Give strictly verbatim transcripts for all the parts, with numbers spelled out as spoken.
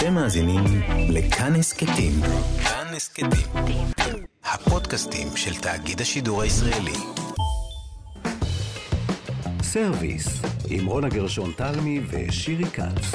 אתם מאזינים לכאן הסקטים. כאן הסקטים. הפודקאסטים של תאגיד השידור הישראלי. סרוויס, עם רונה גרשון תלמי ושירי כץ.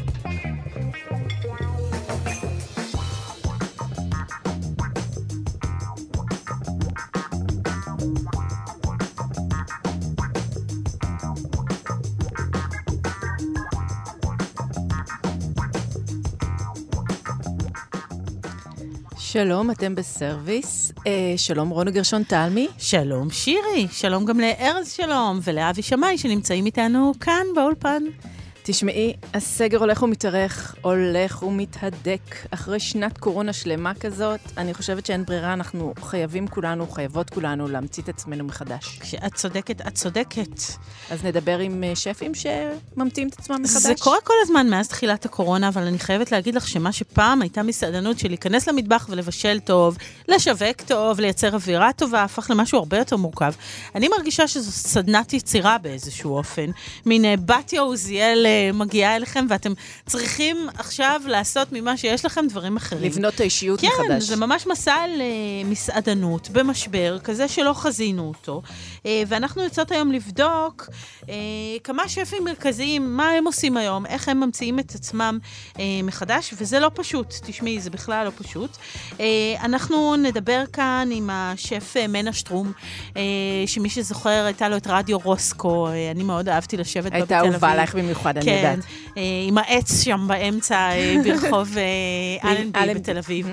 שלום, אתם בסרוויס. אה, שלום רונה גרשון תלמי. שלום שירי. שלום גם לארז שלום ולאבי שמאי שנמצאים איתנו כאן באולפן. תשמעי, הסגר הולך ומתארך, הולך ומתהדק. אחרי שנת קורונה שלמה כזאת, אני חושבת שאין ברירה, אנחנו חייבים כולנו, חייבות כולנו להמציא את עצמנו מחדש. כשאת צודקת, את צודקת. אז נדבר עם שפים שממציאים את עצמם מחדש. זה קורה כל הזמן מאז תחילת הקורונה, אבל אני חייבת להגיד לך שמה שפעם הייתה מסעדנות של להיכנס למטבח ולבשל טוב, לשווק טוב, לייצר אווירה טובה, הפך למשהו הרבה יותר מורכב. אני מרגישה שזו סדנת יצירה באיזשהו אופן. מין בתיה עוזיאל מגיעה אליכם, ואתם צריכים עכשיו לעשות ממה שיש לכם דברים אחרים. לבנות את האישיות כן, מחדש. כן, זה ממש מסע על uh, מסעדנות במשבר, כזה שלא חזינו אותו. Uh, ואנחנו יוצאות היום לבדוק uh, כמה שפים מרכזיים, מה הם עושים היום, איך הם ממציאים את עצמם uh, מחדש, וזה לא פשוט. תשמעי, זה בכלל לא פשוט. Uh, אנחנו נדבר כאן עם השף uh, מנה שטרום, uh, שמי שזוכר, הייתה לו את רדיו רוסקו, uh, אני מאוד אהבתי לשבת בתל אביב. הייתה אהובה עלייך במיוחד, אני יודעת. כן, עם העץ שם באמצע ברחוב אלנבי בתל אביב.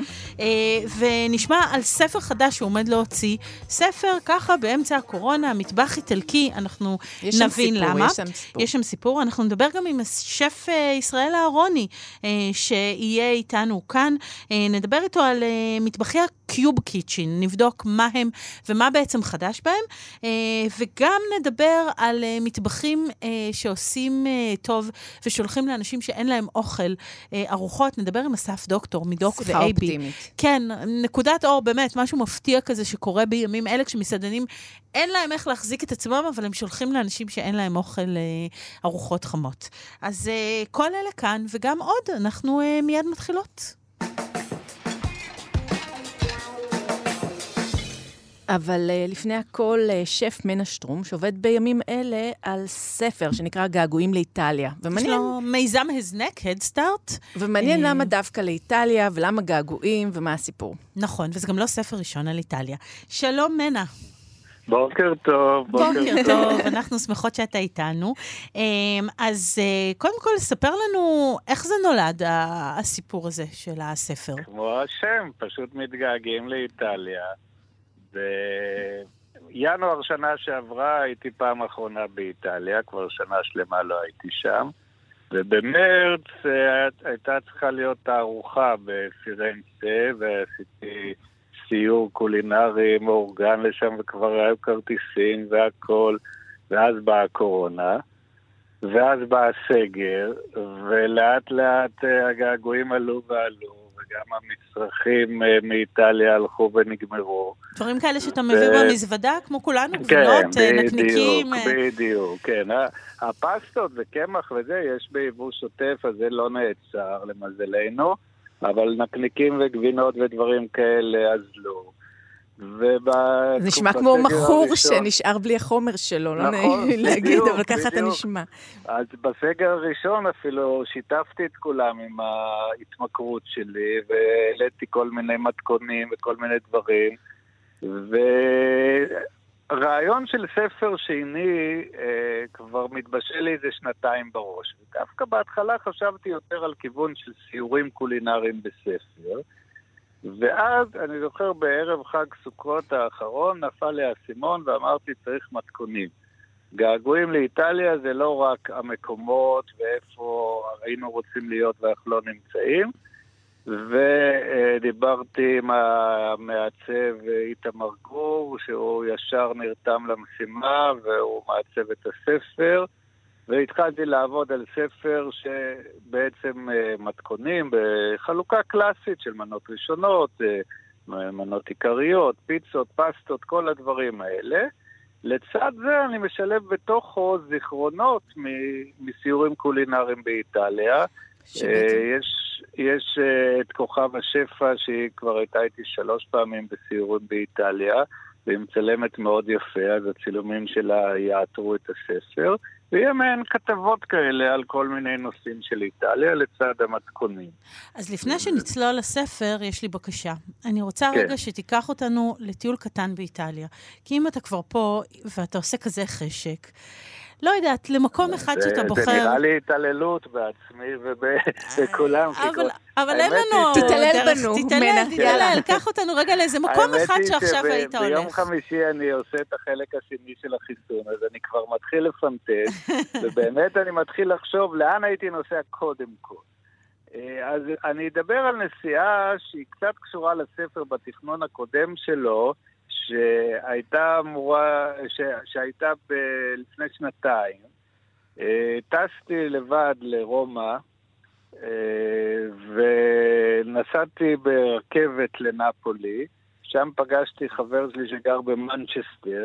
ונשמע על ספר חדש שהוא עומד להוציא. ספר ככה באמצע הקורונה, המטבח איטלקי, אנחנו נבין למה. יש שם סיפור. אנחנו נדבר גם עם השף ישראל אהרוני, שיהיה איתנו כאן. נדבר איתו על מטבחי הקיוב קיצ'ין. נבדוק מה הם ומה בעצם חדש בהם. וגם נדבר על מטבחים שעושים טוב ושולחים לאנשים שאין להם אוכל ארוחות. נדבר עם אסף דוקטור מדוק ואייבי. כן, נקודת אור באמת, משהו מפתיע כזה שקורה בימים אלה כשמסעדנים אין להם איך להחזיק את עצמם, אבל הם שולחים לאנשים שאין להם אוכל ארוחות חמות. אז כל אלה כאן וגם עוד, אנחנו מיד מתחילות. אבל uh, לפני הכל, uh, שף מנה שטרום, שעובד בימים אלה על ספר שנקרא געגועים לאיטליה. ומעניין... יש לו מיזם הזנק, Head Start. ומעניין uh... למה דווקא לאיטליה, ולמה געגועים, ומה הסיפור. נכון, וזה גם לא ספר ראשון על איטליה. שלום מנה. בוקר טוב. בוקר טוב, אנחנו שמחות שאתה איתנו. אז קודם כל, ספר לנו איך זה נולד, הסיפור הזה של הספר. כמו השם, פשוט מתגעגעים לאיטליה. בינואר שנה שעברה הייתי פעם אחרונה באיטליה, כבר שנה שלמה לא הייתי שם, ובמרץ הייתה צריכה להיות תערוכה בפירנצה, ועשיתי סיור קולינרי מאורגן לשם, וכבר היו כרטיסים והכל, ואז באה הקורונה, ואז בא הסגר, ולאט לאט הגעגועים עלו ועלו, גם המצרכים מאיטליה הלכו ונגמרו. דברים כאלה שאתה מביא במזוודה, כמו כולנו, גבינות, נקניקים. כן, בדיוק, בדיוק, כן. הפסטות וקמח וזה, יש ביבוא שוטף, אז זה לא נעצר למזלנו, אבל נקניקים וגבינות ודברים כאלה, אז לא. זה נשמע כמו מחור שנשאר בלי החומר שלו, לא נעים להגיד, אבל ככה אתה נשמע. אז בסגר הראשון אפילו שיתפתי את כולם עם ההתמכרות שלי, והעליתי כל מיני מתכונים וכל מיני דברים, ורעיון של ספר שני כבר מתבשל לי איזה שנתיים בראש, ודווקא בהתחלה חשבתי יותר על כיוון של סיורים קולינריים בספר, ואז אני זוכר בערב חג סוכות האחרון נפל לי האסימון ואמרתי צריך מתכונים. געגועים לאיטליה זה לא רק המקומות ואיפה היינו רוצים להיות ואיך לא נמצאים, ודיברתי עם המעצב איתמר גור שהוא ישר נרתם למשימה והוא מעצב את הספר, והתחלתי לעבוד על ספר שבעצם מתכונים בחלוקה קלאסית של מנות ראשונות, מנות עיקריות, פיצות, פסטות, כל הדברים האלה. לצד זה אני משלב בתוכו זיכרונות מסיורים קולינריים באיטליה. יש יש את כוכב השפע, שהיא כבר הייתה איתי שלוש פעמים בסיורים באיטליה, והיא מצלמת מאוד יפה, אז הצילומים שלה יעטרו את הספר, ויהיה מהן כתבות כאלה על כל מיני נושאים של איטליה, לצד המתכונים. אז לפני שנצלול לספר, יש לי בקשה. אני רוצה כן. רגע שתיקח אותנו לטיול קטן באיטליה. כי אם אתה כבר פה, ואתה עושה כזה חשק, לא יודעת, למקום אחד זה, שאתה בוחר... זה נראה לי התעללות בעצמי ובכולם. אבל, אבל אין לנו... תתעלל בנו. תתעלל, תתעלל. קח אותנו רגע לאיזה מקום אחד שעכשיו היית הולך. ביום חמישי אני עושה את החלק השני של החיסון, אז אני כבר מתחיל לפנטז, ובאמת אני מתחיל לחשוב לאן הייתי נוסע קודם כל. אז אני אדבר על נסיעה שהיא קצת קשורה לספר בתכנון הקודם שלו, שהייתה אמורה, ש, שהייתה ב, לפני שנתיים. טסתי לבד לרומא, ונסעתי ברכבת לנפולי, שם פגשתי חבר שלי שגר במנצ'סטר,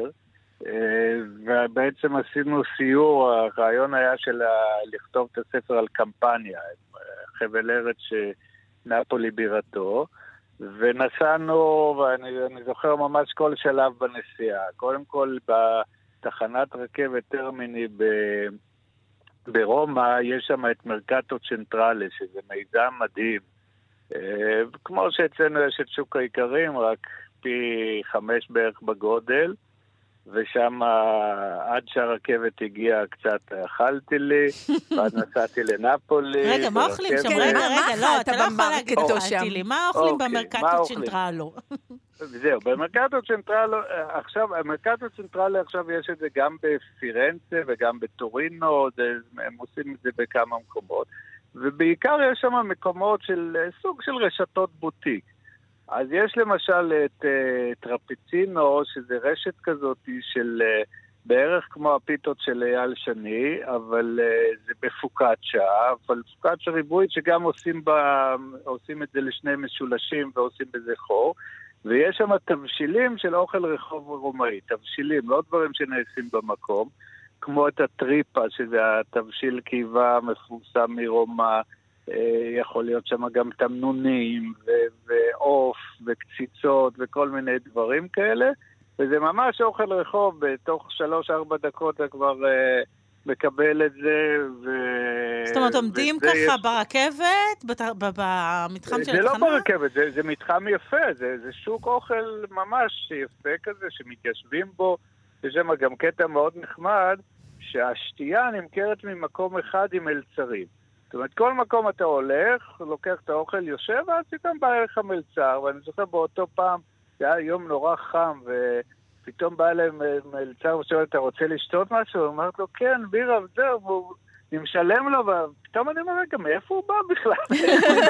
ובעצם עשינו סיור. הרעיון היה של לכתוב את הספר על קמפניה, חבל ארץ שנפולי בירתו, ונסענו, ואני אני זוכר ממש כל שלב בנסיעה. קודם כל, בתחנת רכבת טרמיני ב, ברומא, יש שם את מרקטו צ'נטרלה, שזה מיזם מדהים. כמו שאצלנו יש את שוק האיכרים, רק פי חמש בערך בגודל, ושם עד שהרכבת הגיעה קצת אכלתי לי, ואז נסעתי לנפולי. רגע, מה אוכלים שם? רגע, רגע, לא, אתה לא יכול להגיד אכלתי לי. מה אוכלים במרקטו צ'נטרלו? זהו, במרקטו צ'נטרלו, עכשיו, המרקטו צ'נטרלו עכשיו יש את זה גם בפירנצה וגם בטורינו, הם עושים את זה בכמה מקומות, ובעיקר יש שם מקומות של סוג של רשתות בוטיק. אז יש למשל את uh, טרפיצינו, שזה רשת כזאת של uh, בערך כמו הפיתות של אייל שני, אבל uh, זה בפוקאצ'ה, אבל פוקאצ'ה ריבועית שגם עושים, בה, עושים את זה לשני משולשים ועושים בזה חור, ויש שם תבשילים של אוכל רחוב רומאי, תבשילים, לא דברים שנעשים במקום, כמו את הטריפה, שזה התבשיל קיבה מפורסם מרומא, יכול להיות שם גם תמנונים ועוף וקציצות וכל מיני דברים כאלה, וזה ממש אוכל רחוב, בתוך שלוש ארבע דקות אתה כבר מקבל את זה. זאת אומרת, עומדים ככה ברכבת, במתחם של התחנה? זה לא ברכבת, זה מתחם יפה, זה שוק אוכל ממש יפה כזה, שמתיישבים בו, יש שם גם קטע מאוד נחמד, שהשתייה נמכרת ממקום אחד עם מלצרים. זאת אומרת, כל מקום אתה הולך, לוקח את האוכל, יושב, ואז פתאום בא אליך מלצר, ואני זוכר באותו פעם, זה היה יום נורא חם, ופתאום בא אליהם מלצר ושואל, אתה רוצה לשתות משהו? הוא אמרת לו, כן, בירה, וזהו, והוא משלם לו, ופתאום אני אומר, רגע, מאיפה הוא בא בכלל?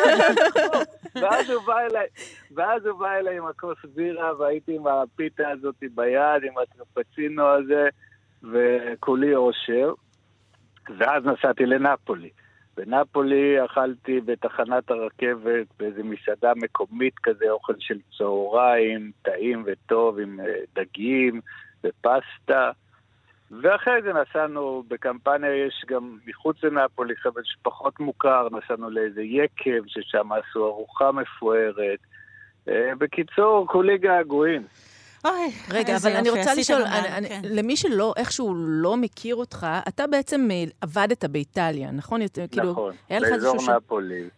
ואז הוא בא אליי, ואז הוא בא אליי עם הכוס בירה, והייתי עם הפיתה הזאת ביד, עם הטרפצינו הזה, וכולי אושר, ואז נסעתי לנפולי. בנפולי אכלתי בתחנת הרכבת באיזו מסעדה מקומית כזה, אוכל של צהריים, טעים וטוב עם דגים ופסטה. ואחרי זה נסענו בקמפניה, יש גם מחוץ לנפולי, חבל שפחות מוכר, נסענו לאיזה יקב ששם עשו ארוחה מפוארת. בקיצור, כולי געגועים. רגע, אבל אני רוצה לשאול, למי שלא, איכשהו לא מכיר אותך, אתה בעצם עבדת באיטליה, נכון? נכון, באזור נפולי.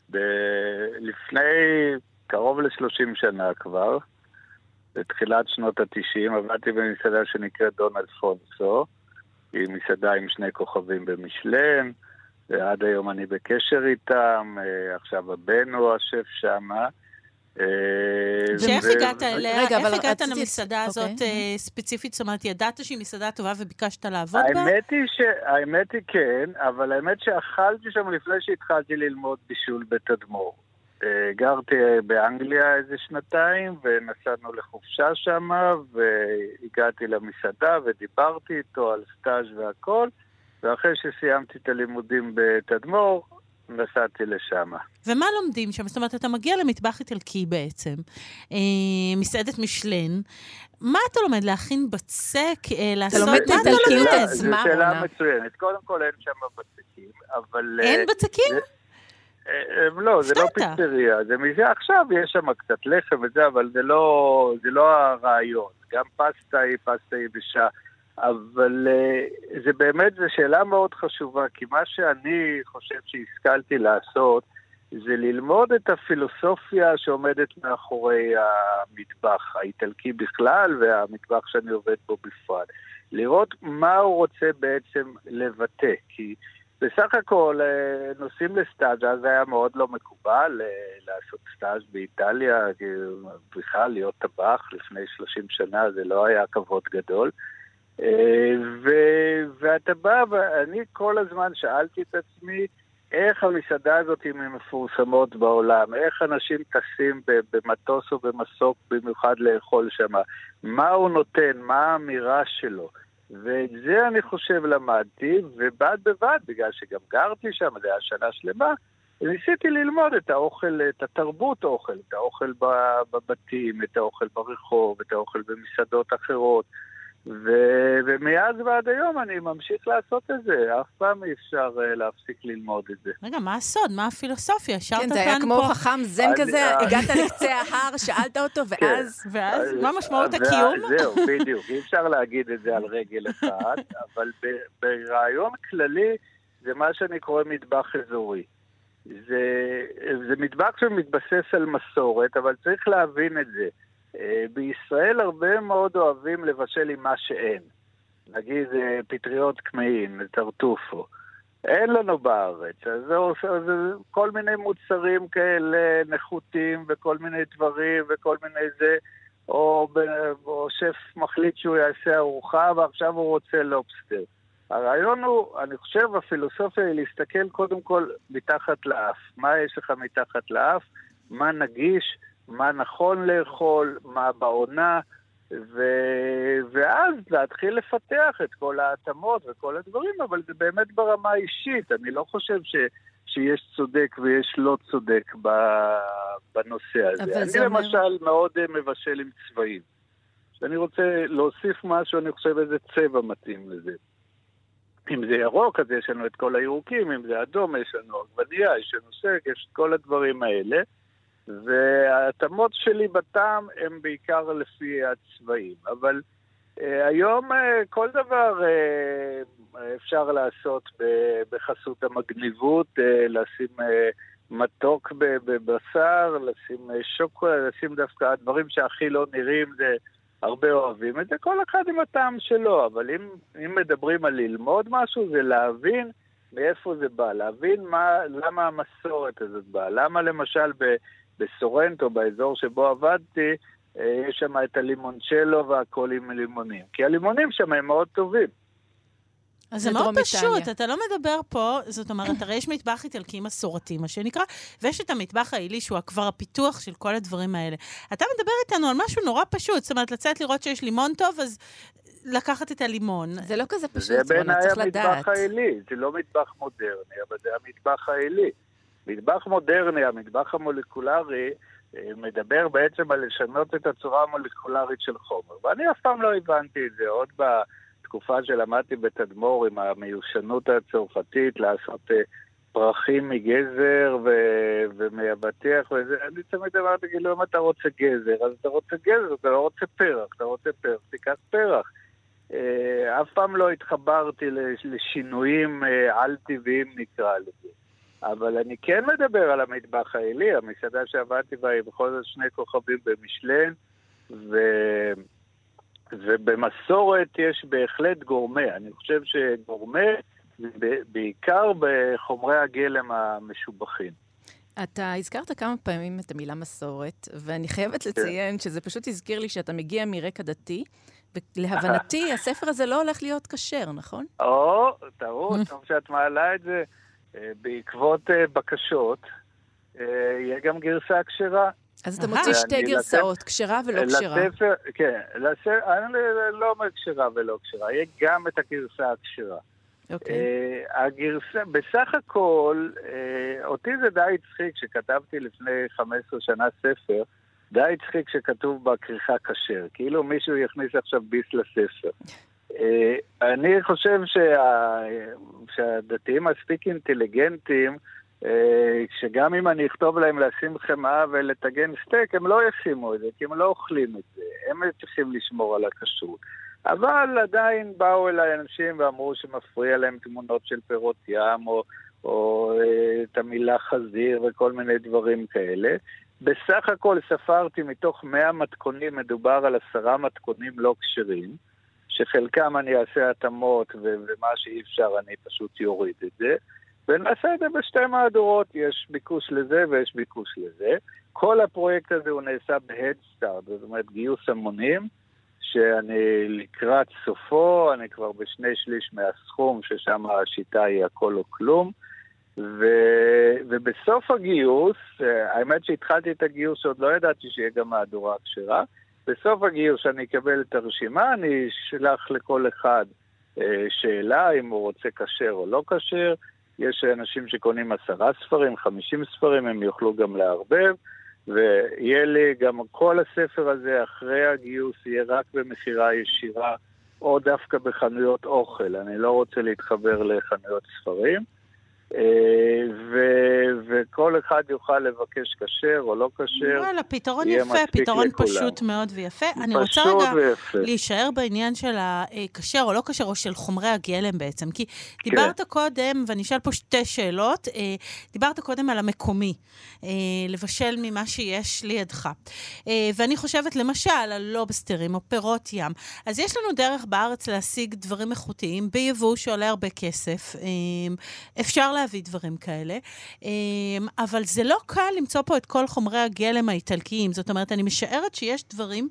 לפני קרוב ל-שלושים שנה כבר, בתחילת שנות ה-תשעים, עבדתי במסעדה שנקראת דון אלפונסו, היא מסעדה עם שני כוכבים במשלן, ועד היום אני בקשר איתם, עכשיו הבן הוא השף שמה, שאיך הגעת אליה? איך הגעת למסעדה הזאת ספציפית? זאת אומרת, ידעת שהיא מסעדה טובה וביקשת לעבוד בה? האמת היא כן, אבל האמת שאכלתי שם לפני שהתחלתי ללמוד בישול בתדמור. גרתי באנגליה איזה שנתיים ונסענו לחופשה שם, והגעתי למסעדה ודיברתי איתו על סטאז' והכל, ואחרי שסיימתי את הלימודים בתדמור נסעתי לשם. ומה לומדים שם? זאת אומרת, אתה מגיע למטבח איטלקי בעצם, אה, מסעדת משלן. מה אתה לומד? להכין בצק? אה, לעשות... אתה לומד איטלקיות עצמה? זו שאלה מצוינת. קודם כל אין שם בצקים, אבל... אין בצקים? לא, זה לא פיצריה, זה מזה עכשיו, יש שם קצת לחם וזה, אבל זה לא, זה לא הרעיון. גם פסטה היא פסטה יבשה, אבל זה באמת, זו שאלה מאוד חשובה, כי מה שאני חושב שהשכלתי לעשות, זה ללמוד את הפילוסופיה שעומדת מאחורי המטבח האיטלקי בכלל, והמטבח שאני עובד בו בפרט. לראות מה הוא רוצה בעצם לבטא, כי בסך הכל נוסעים לסטאז', אז היה מאוד לא מקובל לעשות סטאז' באיטליה, בכלל להיות טבח לפני שלושים שנה, זה לא היה כבוד גדול. ואתה בא, ואני כל הזמן שאלתי את עצמי, איך המסעדה הזאת היא מפורסמות בעולם, איך אנשים טסים במטוס או במסוק במיוחד לאכול שם, מה הוא נותן, מה האמירה שלו. ואת זה אני חושב למדתי, ובד בבד, בגלל שגם גרתי שם, זה היה שנה שלמה, ניסיתי ללמוד את האוכל, את התרבות אוכל, את האוכל בבתים, את האוכל ברחוב, את האוכל במסעדות אחרות, ו- ומאז ועד היום אני ממשיך לעשות את זה, אף פעם אי אפשר uh, להפסיק ללמוד את זה. רגע, מה הסוד? מה הפילוסופיה? כן, זה היה כמו חכם זן כזה, הגעת לקצה ההר, שאלת אותו, ואז... ואז? מה משמעות הקיום? זהו, בדיוק, אי אפשר להגיד את זה על רגל אחד, אבל ברעיון כללי, זה מה שאני קורא מטבח אזורי. זה, זה מטבח שמתבסס על מסורת, אבל צריך להבין את זה. בישראל הרבה מאוד אוהבים לבשל עם מה שאין. נגיד פטריות קמעין, טרטופו. אין לנו בארץ. אז זה עושה כל מיני מוצרים כאלה נחותים וכל מיני דברים וכל מיני זה, או, או שף מחליט שהוא יעשה ארוחה ועכשיו הוא רוצה לובסטר. הרעיון הוא, אני חושב, הפילוסופיה היא להסתכל קודם כל מתחת לאף. מה יש לך מתחת לאף? מה נגיש? מה נכון לאכול, מה בעונה, ו... ואז להתחיל לפתח את כל ההתאמות וכל הדברים, אבל זה באמת ברמה האישית. אני לא חושב ש... שיש צודק ויש לא צודק ב... בנושא הזה. אני אומר... למשל מאוד מבשל עם צבעים. שאני רוצה להוסיף משהו, אני חושב איזה צבע מתאים לזה. אם זה ירוק, אז יש לנו את כל הירוקים, אם זה אדום, יש לנו עגבנייה, יש לנו סק, יש את כל הדברים האלה. וההתאמות שלי בטעם הם בעיקר לפי הצבעים, אבל אה, היום אה, כל דבר אה, אפשר לעשות בחסות המגניבות, אה, לשים אה, מתוק בבשר, לשים אה, שוקולד, לשים דווקא הדברים שהכי לא נראים, זה הרבה אוהבים את זה, כל אחד עם הטעם שלו, אבל אם, אם מדברים על ללמוד משהו, זה להבין מאיפה זה בא, להבין מה, למה המסורת הזאת באה, למה למשל ב... בסורנטו, באזור שבו עבדתי, יש שם את הלימונצ'לו והכל עם לימונים. כי הלימונים שם הם מאוד טובים. אז זה מאוד פשוט, אתה לא מדבר פה, זאת אומרת, הרי יש מטבח איטלקי מסורתי, מה שנקרא, ויש את המטבח העילי, שהוא כבר הפיתוח של כל הדברים האלה. אתה מדבר איתנו על משהו נורא פשוט, זאת אומרת, לצאת לראות שיש לימון טוב, אז לקחת את הלימון. זה לא כזה פשוט, זה בעיניי המטבח העילי, זה לא מטבח מודרני, אבל זה המטבח העילי. מטבח מודרני, המטבח המולקולרי, מדבר בעצם על לשנות את הצורה המולקולרית של חומר. ואני אף פעם לא הבנתי את זה, עוד בתקופה שלמדתי בתדמור עם המיושנות הצרפתית, לעשות פרחים מגזר ו- ומייבטיח וזה. אני תמיד אמרתי, כאילו, אם אתה רוצה גזר, אז אתה רוצה גזר, אתה לא רוצה פרח, אתה רוצה פרח, תיקח פרח. אף פעם לא התחברתי לשינויים על-טבעיים נקרא לזה. אבל אני כן מדבר על המטבח העילי, המסעדה שעבדתי בה היא בכל זאת שני כוכבים במשלן, ו... ובמסורת יש בהחלט גורמה. אני חושב שגורמה בעיקר בחומרי הגלם המשובחים. אתה הזכרת כמה פעמים את המילה מסורת, ואני חייבת לציין שזה פשוט הזכיר לי שאתה מגיע מרקע דתי, ולהבנתי הספר הזה לא הולך להיות כשר, נכון? או, טעות, טוב שאת מעלה את זה. בעקבות בקשות, יהיה גם גרסה כשרה. אז אתה מוציא שתי גרסאות, כשרה ולא כשרה. כן, אני לא אומר כשרה ולא כשרה, יהיה גם את הגרסה הכשרה. הגרסה, בסך הכל, אותי זה די הצחיק, שכתבתי לפני חמש עשרה שנה ספר, די הצחיק שכתוב בכריכה כשר, כאילו מישהו יכניס עכשיו ביס לספר. אני חושב שה... שהדתיים מספיק אינטליגנטים שגם אם אני אכתוב להם לשים חמאה ולטגן סטייק, הם לא ישימו את זה, כי הם לא אוכלים את זה. הם צריכים לשמור על הכשרות. אבל עדיין באו אליי אנשים ואמרו שמפריע להם תמונות של פירות ים, או, או את המילה חזיר וכל מיני דברים כאלה. בסך הכל ספרתי מתוך מאה מתכונים, מדובר על עשרה מתכונים לא כשרים, שחלקם אני אעשה התאמות, ומה שאי אפשר אני פשוט יוריד את זה. ונעשה את זה בשתי מהדורות, יש ביקוש לזה ויש ביקוש לזה. כל הפרויקט הזה הוא נעשה בהדסטארט, זאת אומרת גיוס המונים, שאני לקראת סופו, אני כבר בשני שליש מהסכום, ששם השיטה היא הכל או כלום, ו... ובסוף הגיוס, האמת שהתחלתי את הגיוס שעוד לא ידעתי שיהיה גם מהדורה כשרה, בסוף הגיוס שאני אקבל את הרשימה, אני אשלח לכל אחד שאלה אם הוא רוצה כשר או לא כשר, יש אנשים שקונים עשרה ספרים, חמישים ספרים, הם יוכלו גם לערבב, ויהיה לי גם כל הספר הזה אחרי הגיוס יהיה רק במחירה ישירה, או דווקא בחנויות אוכל. אני לא רוצה להתחבר לחנויות ספרים, ו- וכל אחד יוכל לבקש כשר או לא כשר. וואלה, פתרון יפה, פתרון פשוט מאוד ויפה. אני רוצה רגע להישאר בעניין של הכשר או לא כשר, או של חומרי הגלם בעצם, כי דיברת קודם, ואני אשאל פה שתי שאלות, דיברת קודם על המקומי, לבשל ממה שיש לידך. ואני חושבת למשל על לובסטרים או פירות ים. אז יש לנו דרך בארץ להשיג דברים איכותיים, ביבוא שעולה הרבה כסף. אפשר להביא דברים כאלה, אבל זה לא קל למצוא פה את כל חומרי הגלם האיטלקיים. זאת אומרת, אני משערת שיש דברים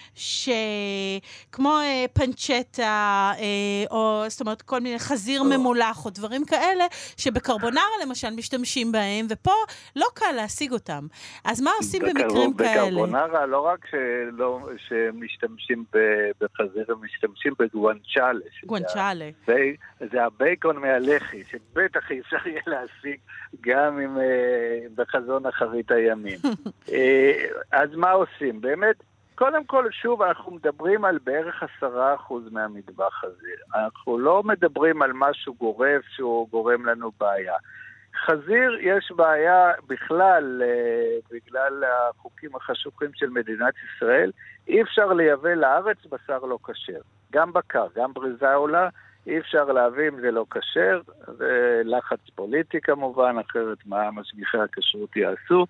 שכמו פנצ'טה, או זאת אומרת, כל מיני חזיר ממולח, או דברים כאלה, שבקרבונרה למשל משתמשים בהם, ופה לא קל להשיג אותם. אז מה עושים במקרים כאלה? בקרבונרה לא רק שלא, שמשתמשים בחזיר, הם משתמשים בגואנצ'אלה. גואנצ'אלה. זה הבייקון מהלחי, שבטח אפשר יהיה להשיג גם עם, בחזון אחרית הימים. אז מה עושים? באמת, קודם כל, שוב, אנחנו מדברים על בערך עשרה אחוז מהמטבח הזה. אנחנו לא מדברים על משהו גורף שהוא גורם לנו בעיה. חזיר יש בעיה בכלל, בגלל החוקים החשוכים של מדינת ישראל, אי אפשר לייבא לארץ בשר לא כשר. גם בקר, גם בריזה עולה, אי אפשר להביא אם זה לא כשר. זה לחץ פוליטי כמובן, אחרת מה משגיחי הכשרות יעשו.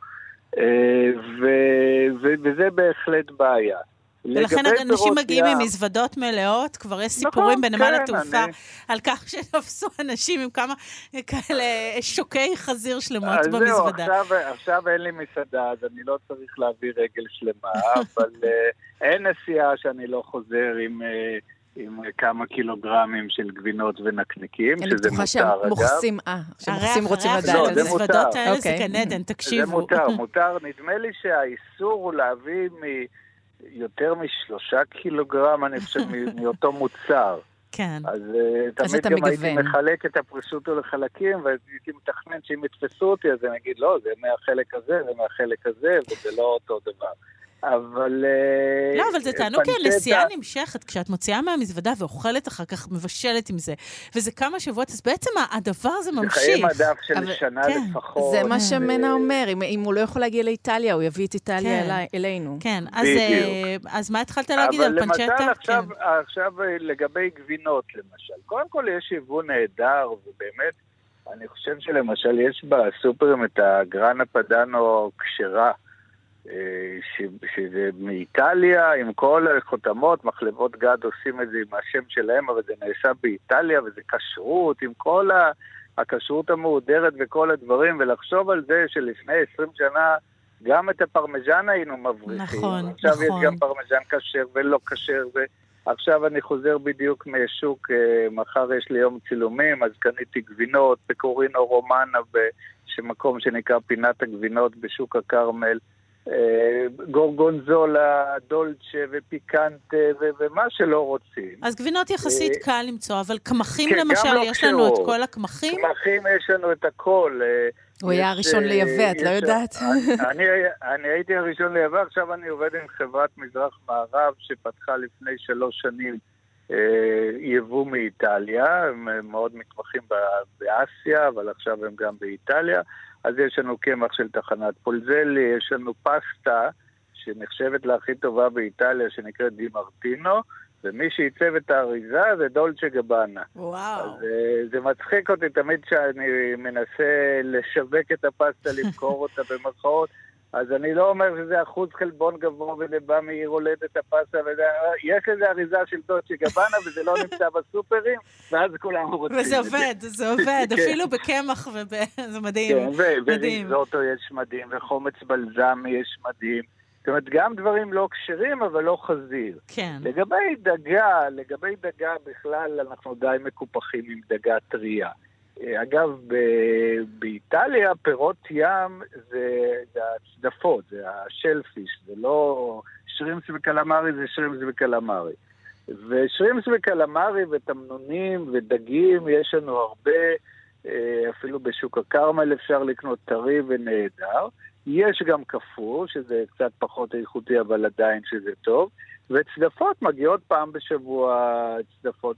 וזה בהחלט בעיה. ולכן אנשים מגיעים עם מזוודות מלאות, כבר יש סיפורים בנמל התעופה על כך שתפסו אנשים עם כמה כאלה שוקי חזיר שלמות במזוודה. עכשיו אין לי מסעדה, אז אני לא צריך להביא רגל שלמה, אבל אין נסיעה שאני לא חוזר עם עם כמה קילוגרמים של גבינות ונקניקים, שזה מותר, אגב. אני בטוחה שהמוחסים, אה, שהמוחסים רוצים לדעת. לא, זה מותר. המזוודות האלה זה גנדן, תקשיבו. זה מותר, מותר. נדמה לי שהאיסור הוא להביא מיותר משלושה קילוגרם, אני חושב, מאותו מוצר. כן. אז תמיד גם הייתי מחלק את הפריסוטו לחלקים, והייתי מתכנן שאם יתפסו אותי, אז אני אגיד, לא, זה מהחלק הזה, זה מהחלק הזה, וזה לא אותו דבר. אבל... לא, אבל זה טענו כנסיעה נמשכת, כשאת מוציאה מהמזוודה ואוכלת אחר כך מבשלת עם זה, וזה כמה שבועות, אז בעצם הדבר הזה ממשיך. זה חיי מדף של שנה לפחות. זה מה שמנה אומר, אם הוא לא יכול להגיע לאיטליה, הוא יביא את איטליה אלינו. כן, אז מה התחלת להגיד על פנצ'טה? אבל למשל עכשיו לגבי גבינות, למשל. קודם כל יש יבוא נהדר, ובאמת, אני חושב שלמשל יש בסופרים את הגרנה פדאנו כשרה, שזה מאיטליה, עם כל החותמות, מחלבות גד עושים את זה עם השם שלהם, אבל זה נעשה באיטליה, וזה כשרות, עם כל הכשרות המהודרת וכל הדברים, ולחשוב על זה שלפני עשרים שנה, גם את הפרמז'ן היינו מבריחים. נכון, עכשיו נכון. יש גם פרמז'ן כשר ולא כשר, ועכשיו אני חוזר בדיוק מהשוק, מחר יש לי יום צילומים, אז קניתי גבינות בקורינו רומנה, במקום שנקרא פינת הגבינות בשוק הכרמל, גורגונזולה, דולצ'ה ופיקנטה ומה שלא רוצים. אז גבינות יחסית קל למצוא, אבל קמחים למשל, יש לנו את כל הקמחים? קמחים יש לנו את הכל. הוא היה הראשון לייבא, את לא יודעת? אני הייתי הראשון לייבא, עכשיו אני עובד עם חברת מזרח מערב שפתחה לפני שלוש שנים יבוא מאיטליה, הם מאוד מתמחים באסיה, אבל עכשיו הם גם באיטליה. אז יש לנו קמח של תחנת פולזלי, יש לנו פסטה שנחשבת להכי טובה באיטליה, שנקראת די מרטינו, ומי שעיצב את האריזה זה דולצ'ה גבאנה. וואו. אז זה מצחיק אותי תמיד שאני מנסה לשווק את הפסטה, למכור אותה במרכאות, אז אני לא אומר שזה אחוז חלבון גבוה וזה בא מעיר הולדת הפסטה, יש איזו אריזה של דולצ'ה גבאנה וזה לא נמצא בסופרים, ואז כולם רוצים את זה. וזה עובד, זה עובד, אפילו בקמח, זה מדהים. כן, וריזוטו יש מדהים, וחומץ בלזמי יש מדהים. זאת אומרת, גם דברים לא כשרים, אבל לא חזיר. כן. לגבי דגה, לגבי דגה בכלל, אנחנו די מקופחים עם דגה טריה. אגב, ב- באיטליה, פירות ים זה, זה הצדפות, זה השלפיש, זה לא שרימס וקלמרי, זה שרימס וקלמרי. ושרימס וקלמרי ותמנונים ודגים, יש לנו הרבה, אפילו בשוק הקרמל אפשר לקנות טרי ונהדר. יש גם כפור, שזה קצת פחות איכותי, אבל עדיין שזה טוב. וצדפות מגיעות פעם בשבוע, צדפות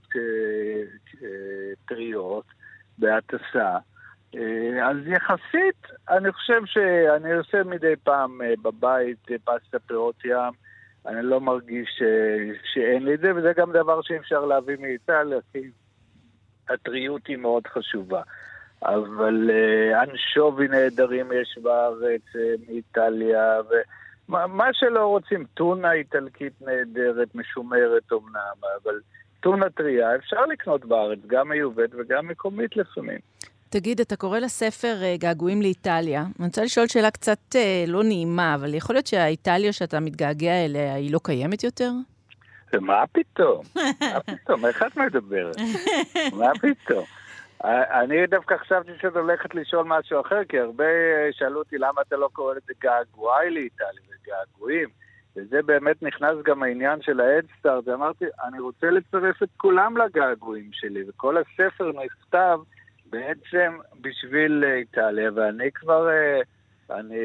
טריות, בהטסה. אז יחסית, אני חושב שאני עושה מדי פעם בבית פסטה פירות ים, אני לא מרגיש ש... שאין לי את זה, וזה גם דבר שאפשר להביא מאיטליה, כי הטריות היא מאוד חשובה. אבל אנשובי נהדרים יש בארץ מאיטליה, ומה שלא רוצים, טונה איטלקית נהדרת, משומרת אומנם, אבל טונה טריה אפשר לקנות בארץ, גם מיובאת וגם מקומית לפעמים. תגיד, אתה קורא לספר געגועים לאיטליה. אני רוצה לשאול שאלה קצת לא נעימה, אבל יכול להיות שהאיטליה שאתה מתגעגע אליה היא לא קיימת יותר? מה פתאום? מה פתאום? איך את מדברת? מה פתאום? אני דווקא חשבתי שאת הולכת לשאול משהו אחר, כי הרבה שאלו אותי למה אתה לא קורא לזה געגועי לאיטליה, זה געגועים. וזה באמת נכנס גם העניין של ההדסטארט, ואמרתי, אני רוצה לצרף את כולם לגעגועים שלי, וכל הספר נכתב בעצם בשביל איטליה, ואני כבר, אני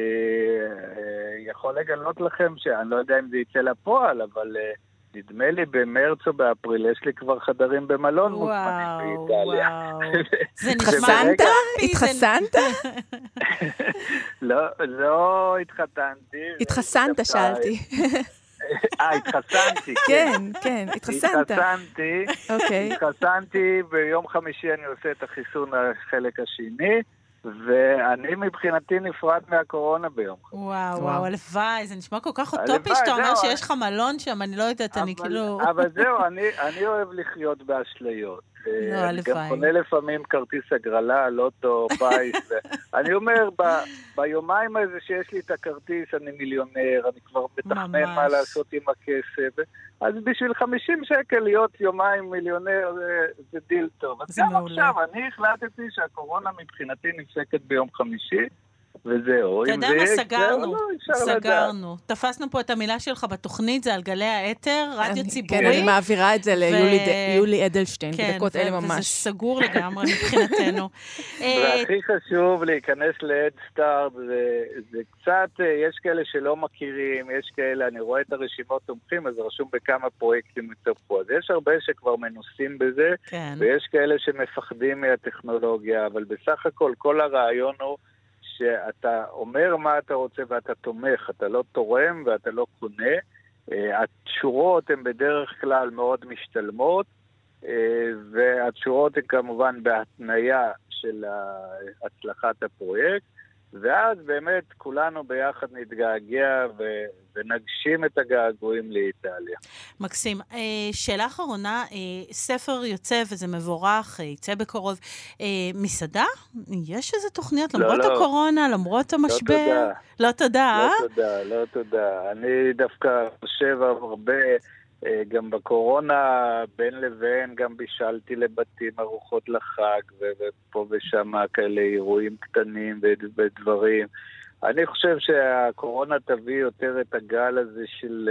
יכול לגלות לכם שאני לא יודע אם זה יצא לפועל, אבל נדמה לי במרץ או באפריל יש לי כבר חדרים במלון מוזמנים באיטליה. וואו, זה התחסנת? התחסנת? לא, לא התחתנתי. התחסנת, שאלתי. אה, התחסנתי. כן, כן, התחסנת. התחסנתי, אוקיי. התחסנתי, ביום חמישי אני עושה את החיסון החלק השני, ואני מבחינתי נפרד מהקורונה ביום חמישי. וואו, וואו, הלוואי, זה נשמע כל כך אוטופי שאתה אומר שיש לך מלון שם, אני לא יודעת, אני כאילו... אבל זהו, אני אוהב לחיות באשליות. לא, אני גם קונה לפעמים כרטיס הגרלה, לוטו, פייס. אני אומר, ביומיים הזה שיש לי את הכרטיס, אני מיליונר, אני כבר מתכנן מה לעשות עם הכסף. אז בשביל חמישים שקל להיות יומיים מיליונר, זה דיל טוב. אז גם עכשיו, אני החלטתי שהקורונה מבחינתי נפסקת ביום חמישי, וזהו. אתה יודע מה, סגרנו, סגרנו. תפסנו פה את המילה שלך בתוכנית, זה על גלי האתר, רדיו ציבורי. כן, אני מעבירה את זה ליולי אדלשטיין, בדקות אלה ממש. וזה סגור לגמרי מבחינתנו. והכי חשוב להיכנס להדסטארט, זה קצת, יש כאלה שלא מכירים, יש כאלה, אני רואה את הרשימות תומכים, אז רשום בכמה פרויקטים יצטרפו. אז יש הרבה שכבר מנוסים בזה, ויש כאלה שמפחדים מהטכנולוגיה, אבל בסך הכל, כל הרעיון הוא שאתה אומר מה אתה רוצה ואתה תומך, אתה לא תורם ואתה לא קונה. התשורות הן בדרך כלל מאוד משתלמות, והתשורות הן כמובן בהתניה של הצלחת הפרויקט, ואז באמת כולנו ביחד נתגעגע ו- ונגשים את הגעגועים לאיטליה. מקסים. שאלה אחרונה, ספר יוצא וזה מבורך, יצא בקרוב. מסעדה? יש איזה תוכניות למרות לא, הקורונה, למרות המשבר? לא תודה. לא תודה, לא תודה, לא תודה. אני דווקא חושב הרבה, גם בקורונה, בין לבין, גם בישלתי לבתים ארוחות לחג, ופה ושם כאלה אירועים קטנים ודברים. אני חושב שהקורונה תביא יותר את הגל הזה של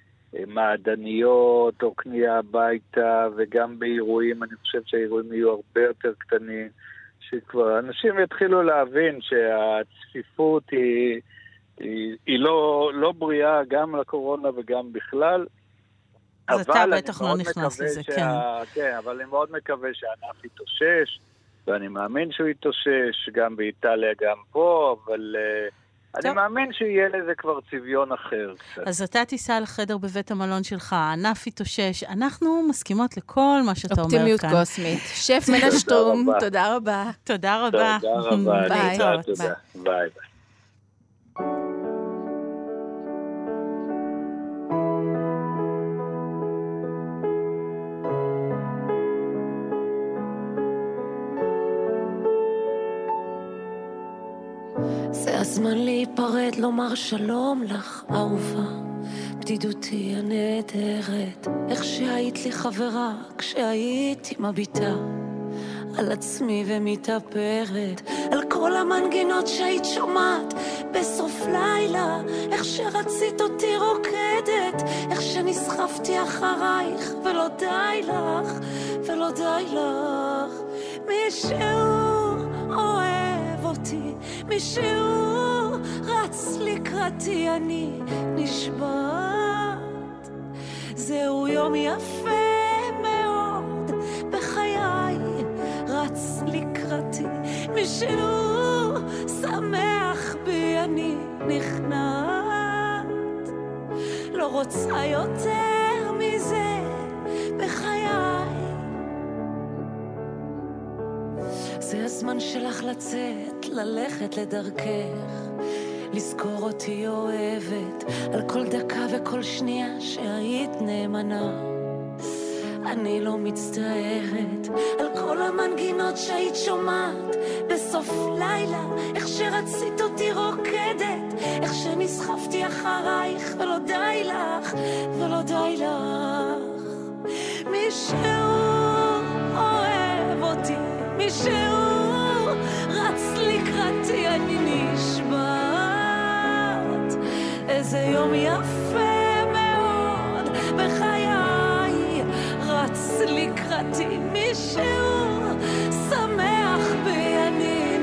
מעדניות או קנייה הביתה, וגם באירועים, אני חושב שהאירועים יהיו הרבה יותר קטנים, שכבר אנשים יתחילו להבין שהצפיפות היא, היא, היא לא, לא בריאה גם לקורונה וגם בכלל. אז אתה בטח לא נכנס לזה, שה... כן. כן, אבל אני מאוד מקווה שהענף יתאושש, ואני מאמין שהוא יתאושש, גם באיטליה, גם פה, אבל uh, אני מאמין שיהיה לזה כבר צביון אחר קצת. אז אתה תיסע לחדר בבית המלון שלך, הענף יתאושש, אנחנו מסכימות לכל מה שאתה אומר כאן. אופטימיות קוסמית. שף מנשטרום, תודה רבה. תודה רבה. תודה רבה. ביי. תודה. ביי. זה הזמן להיפרד, לומר שלום לך, אהובה, בדידותי הנהדרת, איך שהיית לי חברה, כשהייתי מביטה על עצמי ומתאפרת, על כל המנגינות שהיית שומעת בסוף לילה, איך שרצית אותי רוקדת, איך שנסחפתי אחרייך, ולא די לך, ולא די לך. מישהו אוהב אותי, מישהו רץ לקראתי, אני נשבעת. זהו יום יפה מאוד בחיי, רץ לקראתי, מישהו שמח בי, אני נכנעת. לא רוצה יותר מזה בחיי. זה הזמן שלך לצאת, ללכת לדרכך, לזכור אותי אוהבת, על כל דקה וכל שנייה שהיית נאמנה. אני לא מצטערת על כל המנגינות שהיית שומעת בסוף לילה, איך שרצית אותי רוקדת, איך שנסחפתי אחרייך, ולא די לך, ולא די לך. מישהו אוהב אותי, מישהו רץ לקראתי, אני נשבעת. איזה יום יפה מאוד בחיי, רץ לקראתי, מישהו שמח בי, אני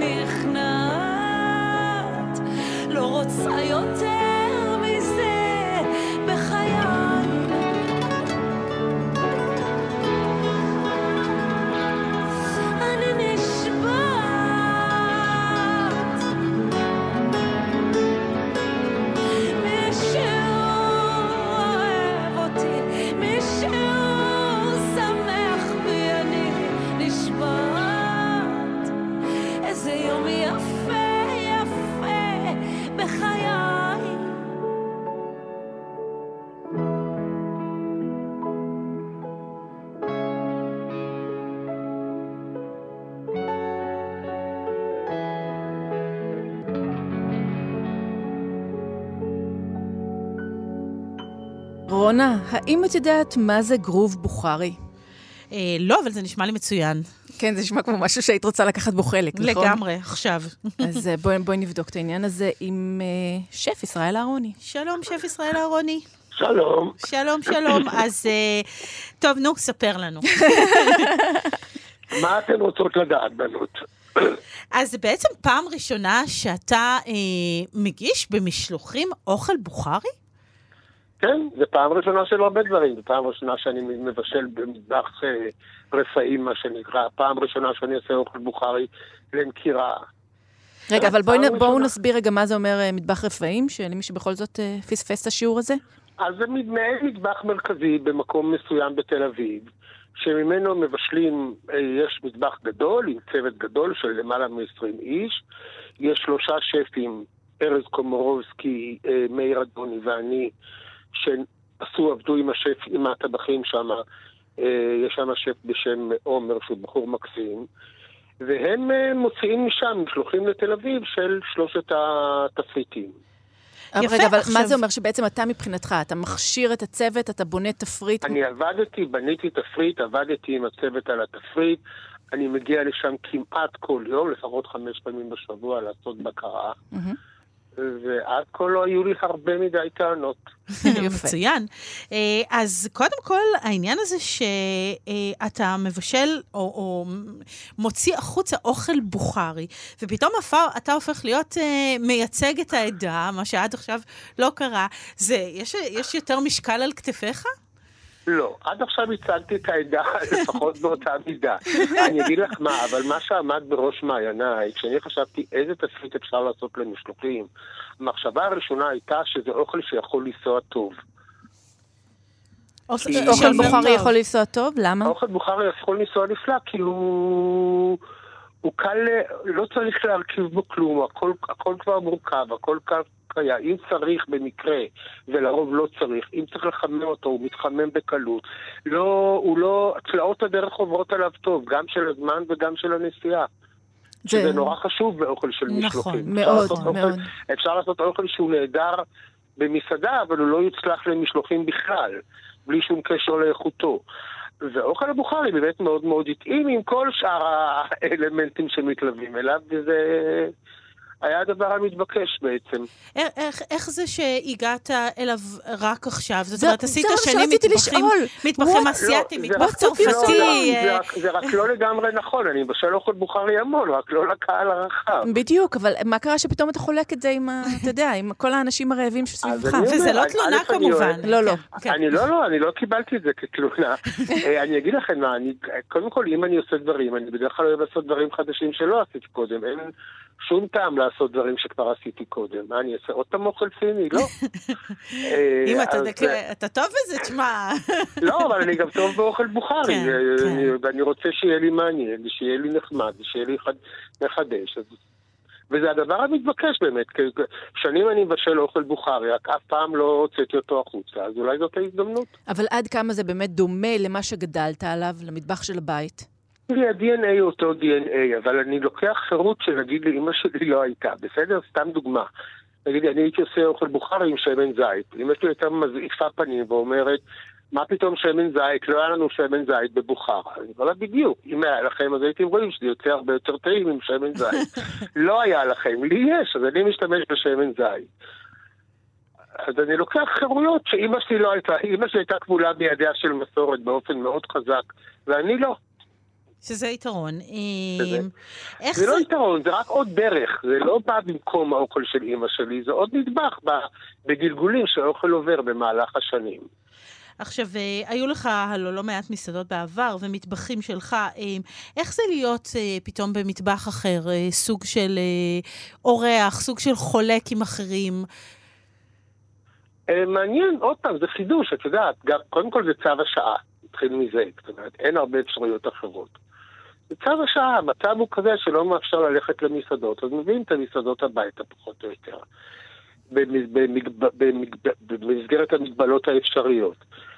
נכנעת. לא רוצה יותר מזה בחיי. רונה, האם את יודעת מה זה גרוב בוכרי? אה, לא, אבל זה נשמע לי מצוין. כן, זה נשמע כמו משהו שהיית רוצה לקחת בו חלק, נכון? לגמרי, עכשיו. אז בואי בוא נבדוק את העניין הזה עם uh, שף ישראל אהרוני. שלום, שף ישראל אהרוני. שלום. שלום, שלום. אז, uh, טוב, נו, ספר לנו. מה אתן רוצות לדעת, בנות? אז זה בעצם פעם ראשונה שאתה אה, מגיש במשלוחים אוכל בוכרי? כן, זה פעם ראשונה של הרבה דברים. זה פעם ראשונה שאני מבשל במטבח אה, רפאים, מה שנקרא. פעם ראשונה שאני עושה אוכל בוכרי למכירה. רגע, אבל בואו בוא, בוא נסביר רגע מה זה אומר מטבח רפאים, שלמי שבכל זאת אה, פספס את השיעור הזה. אז זה מעין מטבח מרכזי במקום מסוים בתל אביב, שממנו מבשלים, יש מטבח גדול, עם צוות גדול של למעלה מ-עשרים איש, יש שלושה שפים, ארז קומורובסקי, מאיר אדוני ואני, שעשו, עבדו עם השף, עם הטבחים שם, יש שם שף בשם עומר, שהוא בחור מקסים, והם מוציאים משם, משלוחים לתל אביב של שלושת התפריטים. אבל רגע, אבל מה זה אומר שבעצם אתה מבחינתך, אתה מכשיר את הצוות, אתה בונה תפריט? אני עבדתי, בניתי תפריט, עבדתי עם הצוות על התפריט, אני מגיע לשם כמעט כל יום, לפחות חמש פעמים בשבוע לעשות בקרה, ועד כה לא היו לי הרבה מדי טענות. מצוין. אז קודם כל, העניין הזה שאתה מבשל או מוציא החוצה אוכל בוכרי, ופתאום אתה הופך להיות מייצג את העדה, מה שעד עכשיו לא קרה, יש יותר משקל על כתפיך? לא, עד עכשיו הצגתי את העדה לפחות באותה מידה. אני אגיד לך מה, אבל מה שעמד בראש מעייניי, כשאני חשבתי איזה תסריט אפשר לעשות למשלוחים, המחשבה הראשונה הייתה שזה אוכל שיכול לנסוע טוב. אוכל בוכרי יכול לנסוע טוב? למה? אוכל בוכרי יכול לנסוע נפלא, כי הוא... הוא קל, לא צריך להרכיב בו כלום, הכל, הכל כבר מורכב, הכל קל קיה. אם צריך במקרה, ולרוב לא צריך, אם צריך לחמם אותו, הוא מתחמם בקלות. לא, הוא לא, צלעות הדרך עוברות עליו טוב, גם של הזמן וגם של הנסיעה. זה... שזה נורא חשוב באוכל של נכון, משלוחים. מאוד, אפשר מאוד. אוכל, אפשר לעשות אוכל שהוא נהדר במסעדה, אבל הוא לא יצלח למשלוחים בכלל, בלי שום קשר לאיכותו. ואוכל הבוכרי באמת מאוד מאוד התאים עם כל שאר האלמנטים שמתלווים אליו, וזה היה הדבר המתבקש בעצם. איך, איך זה שהגעת אליו רק עכשיו? זאת אומרת, עשית שנים מטבחים, מטבחים אסייתים, מטבח צרפתי. זה רק לא לגמרי נכון, אני בשל אוכל בוכרי המון, רק לא לקהל הרחב. בדיוק, אבל מה קרה שפתאום אתה חולק את זה עם, אתה יודע, עם כל האנשים הרעבים שסביבך? וזה לא תלונה כמובן. לא, לא. אני לא, לא, אני לא קיבלתי את זה כתלונה. אני אגיד לכם מה, קודם כל, אם אני עושה דברים, אני בדרך כלל אוהב לעשות דברים חדשים שלא עשיתי קודם, אין שום טעם לעשות דברים שכבר עשיתי קודם. מה, אני אעשה עוד פעם אוכל סיני? לא. אם אתה טוב בזה, תשמע. לא, אבל אני גם טוב באוכל בוכרי. ואני רוצה שיהיה לי מעניין, שיהיה לי נחמד, שיהיה לי מחדש. וזה הדבר המתבקש באמת. שנים אני מבשל אוכל בוכרי, רק אף פעם לא הוצאתי אותו החוצה, אז אולי זאת ההזדמנות. אבל עד כמה זה באמת דומה למה שגדלת עליו, למטבח של הבית? ה-די אן איי הוא אותו די אן איי, אבל אני לוקח חירות שנגיד לאמא שלי לא הייתה. בסדר? סתם דוגמה. נגיד, אני הייתי עושה אוכל בוכרי עם שמן זית. אמא שלי הייתה מזעיפה פנים ואומרת, מה פתאום שמן זית? לא היה לנו שמן זית בבוכרה. אני אומר לה בדיוק. אם היה לכם, אז הייתם רואים שזה יוצא הרבה יותר טעים עם שמן זית. לא היה לכם. לי יש, אז אני משתמש בשמן זית. אז אני לוקח חירויות שאמא שלי לא הייתה. אמא שלי הייתה כבולה בידיה של מסורת באופן מאוד חזק, ואני לא. שזה יתרון. זה לא יתרון, זה רק עוד דרך. זה לא בא במקום האוכל של אמא שלי, זה עוד נדבך בגלגולים שהאוכל עובר במהלך השנים. עכשיו, היו לך הלא לא מעט מסעדות בעבר ומטבחים שלך. איך זה להיות פתאום במטבח אחר? סוג של אורח, סוג של חולק עם אחרים? מעניין, עוד פעם, זה חידוש, את יודעת. קודם כל זה צו השעה. התחיל מזה, זאת אומרת, אין הרבה אפשרויות אחרות. בצו השעה, המצב הוא כזה שלא מאפשר ללכת למסעדות, אז מביאים את המסעדות הביתה פחות או יותר, במסגרת המגבלות האפשריות.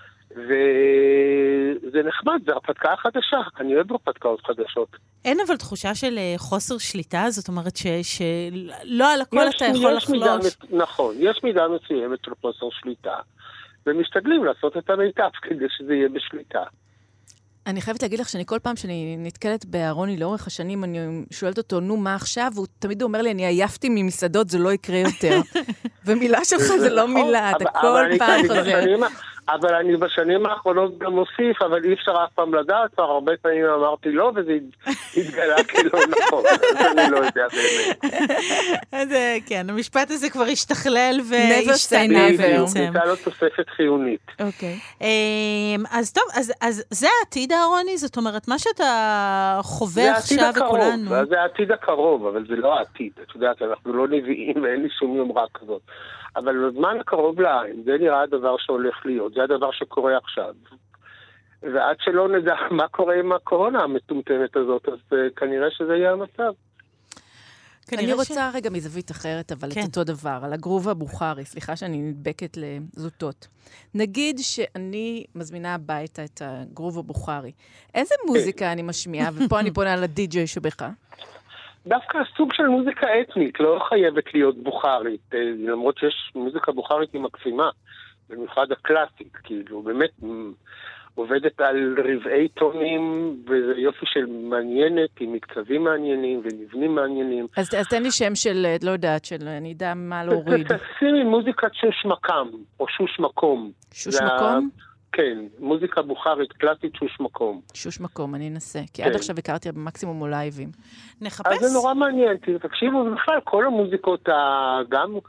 וזה נחמד, זה הרפתקה חדשה, אני אוהב הרפתקאות חדשות. אין אבל תחושה של חוסר שליטה, זאת אומרת שלא על הכל אתה יכול לחלוש. נכון, יש מידה מסוימת של חוסר שליטה, ומשתדלים לעשות את המיטב כדי שזה יהיה בשליטה. אני חייבת להגיד לך שאני כל פעם שאני נתקלת בארוני לאורך השנים, אני שואלת אותו, נו, מה עכשיו? והוא תמיד אומר לי, אני עייפתי ממסעדות, זה לא יקרה יותר. ומילה שלך זה לא מילה, אתה כל פעם חוזר. אבל אני בשנים האחרונות גם מוסיף, אבל אי אפשר אף פעם לדעת, כבר הרבה פעמים אמרתי לא, וזה התגלה כאילו נכון, אז אני לא יודע באמת. אז כן, המשפט הזה כבר השתכלל והשתנה. נמצא לו תוספת חיונית. אוקיי. אז טוב, אז זה העתיד הארוני? זאת אומרת, מה שאתה חווה עכשיו וכולנו... זה העתיד הקרוב, אבל זה לא העתיד. את יודעת, אנחנו לא נביאים, ואין לי שום יומרה כזאת. אבל בזמן הקרוב לעין, זה נראה הדבר שהולך להיות, זה הדבר שקורה עכשיו. ועד שלא נדע מה קורה עם הקורונה המטומטמת הזאת, אז uh, כנראה שזה יהיה המצב. אני רוצה ש... רגע מזווית אחרת, אבל כן. את אותו דבר, על הגרוב הבוכרי, סליחה שאני נדבקת לזוטות. נגיד שאני מזמינה הביתה את הגרוב הבוכרי. איזה מוזיקה אני משמיעה, ופה אני פונה על הדי-ג'יי שבך? דווקא סוג של מוזיקה אתנית, לא חייבת להיות בוכרית, למרות שיש מוזיקה בוכרית היא מקסימה, במיוחד הקלאסית, כאילו, באמת עובדת על רבעי טונים, וזה יופי של מעניינת, עם מקצבים מעניינים ונבנים מעניינים. אז, אז תן לי שם של, לא יודעת, של, אני יודע מה להוריד. תשימי מוזיקת שוש מקם, או שוש מקום. שוש מקום? כן, מוזיקה בוכרית, קלאסית שוש מקום. שוש מקום, אני אנסה. כי עד עכשיו הכרתי במקסימום אולייבים. נחפש. אז זה נורא מעניין. תקשיבו, בכלל, כל המוזיקות, גם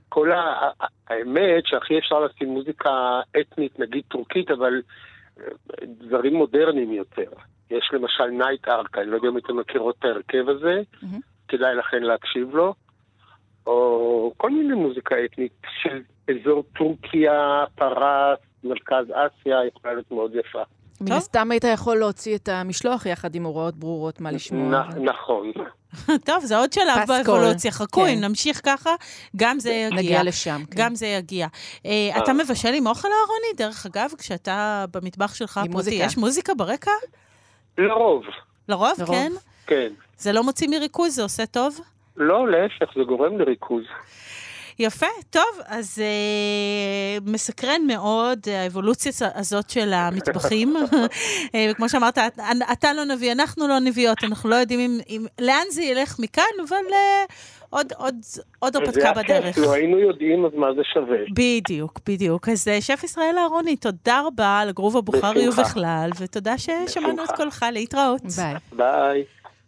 כל ה... האמת שהכי אפשר לשים מוזיקה אתנית, נגיד טורקית, אבל דברים מודרניים יותר. יש למשל נייט ארק, אני לא יודע אם אתם מכירות את ההרכב הזה, mm-hmm. כדאי לכן להקשיב לו, או כל מיני מוזיקה אתנית של אזור טורקיה, פרס, מרכז אסיה, יכולה להיות מאוד יפה. מן הסתם היית יכול להוציא את המשלוח יחד עם הוראות ברורות מה לשמוע. נכון. טוב, זה עוד שלב באבולוציה. חכו, אם נמשיך ככה, גם זה יגיע. נגיע לשם. גם זה יגיע. אתה מבשל עם אוכל אהרוני? דרך אגב, כשאתה במטבח שלך הפרטי, יש מוזיקה ברקע? לרוב. לרוב, כן? כן. זה לא מוציא מריכוז? זה עושה טוב? לא, להפך, זה גורם לריכוז. יפה, טוב, אז אה, מסקרן מאוד האבולוציה הזאת של המטבחים. כמו שאמרת, אתה, אתה לא נביא, אנחנו לא נביאות, אנחנו לא יודעים אם, אם, לאן זה ילך מכאן, אבל אה, עוד, עוד, עוד הרפתקה בדרך. זה הכיף, לא היינו יודעים אז מה זה שווה. בדיוק, בדיוק. אז שף ישראל אהרוני, תודה רבה על הגרוב הבוכרי ובכלל, ותודה ששמענו את קולך, להתראות. ביי. ביי.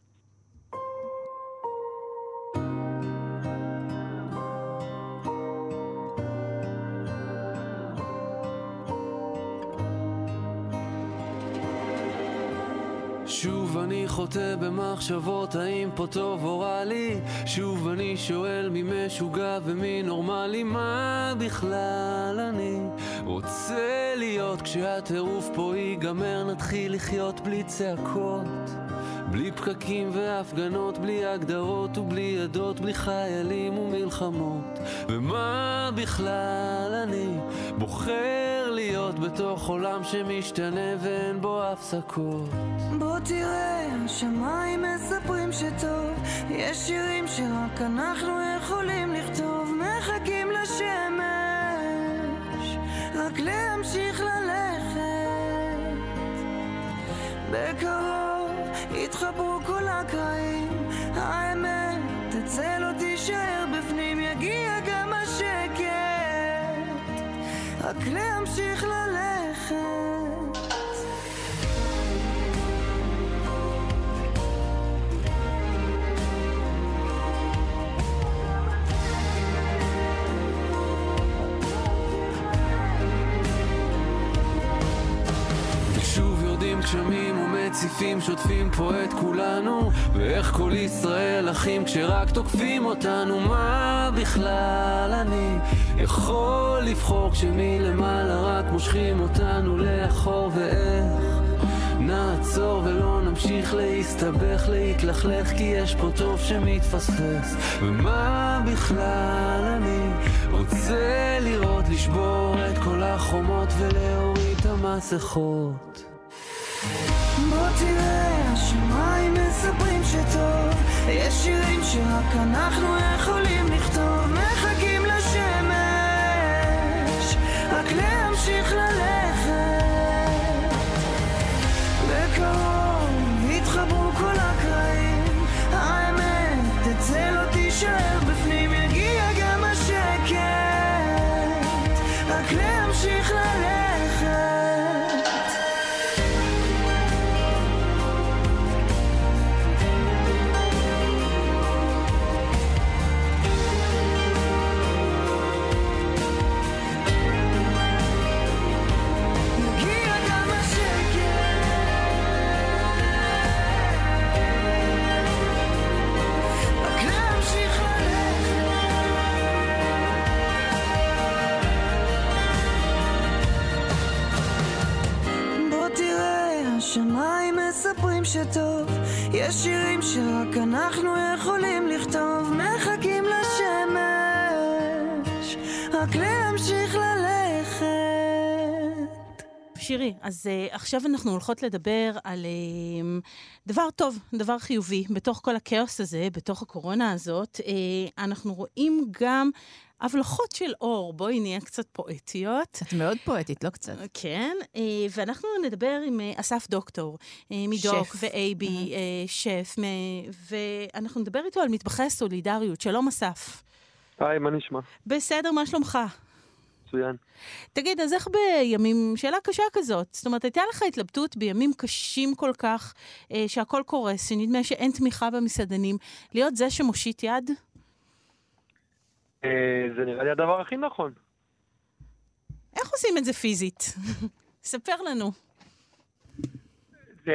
שוב אני חוטא במחשבות האם פה טוב או רע לי, שוב אני שואל מי משוגע ומי נורמלי, מה בכלל אני רוצה להיות כשהטירוף פה ייגמר, נתחיל לחיות בלי צעקות, בלי פקקים והפגנות, בלי הגדרות ובלי עדות, בלי חיילים ומלחמות, ומה בכלל אני בוחר להיות בתוך עולם שמשתנה ואין בו הפסקות. בוא תראה, השמיים מספרים שטוב, יש שירים שרק אנחנו יכולים לכתוב, מחכים לשמש, רק להמשיך ללכת, בקרוב יתחברו כל הקרעים, האמת תצא לא תישאר בפנים, יגיע גם השקט, רק להמשיך ללכת. גשמים ומציפים שוטפים פה את כולנו, ואיך כל ישראל אחים כשרק תוקפים אותנו, מה בכלל אני יכול לבחור כשמלמעלה רק מושכים אותנו לאחור, ואיך נעצור ולא נמשיך להסתבך להתלכלך כי יש פה טוב שמתפספס, ומה בכלל אני רוצה לראות לשבור את כל החומות ולהוריד את המסכות. בוא תראה, השמיים מספרים שטוב, יש שירים שרק אנחנו יכולים לכתוב, מחכים לשמש, רק להמשיך ללכת, בקרוב יתחברו כל הקרעים, האמת תצא לא תישאר בפנים, יגיע גם השקט, רק להמשיך ללכת. השמיים מספרים שטוב, יש שירים שרק אנחנו יכולים לכתוב, מחכים לשמש, רק להמשיך ללכת. שירי, אז uh, עכשיו אנחנו הולכות לדבר על uh, דבר טוב, דבר חיובי, בתוך כל הכאוס הזה, בתוך הקורונה הזאת, uh, אנחנו רואים גם הבלחות של אור, בואי נהיה קצת פואטיות. את מאוד פואטית, לא קצת. כן, ואנחנו נדבר עם אסף דוקטור, מדוק ו-איי בי, שף, ואנחנו נדבר איתו על מטבחי הסולידריות. שלום אסף. היי, מה נשמע? בסדר, מה שלומך? מצוין. תגיד, אז איך בימים, שאלה קשה כזאת, זאת אומרת, הייתה לך התלבטות בימים קשים כל כך, שהכל קורס, שנדמה שאין תמיכה במסעדנים, להיות זה שמושיט יד? זה זה נראה לי הדבר הכי נכון. איך עושים את זה פיזית? ספר לנו. זה...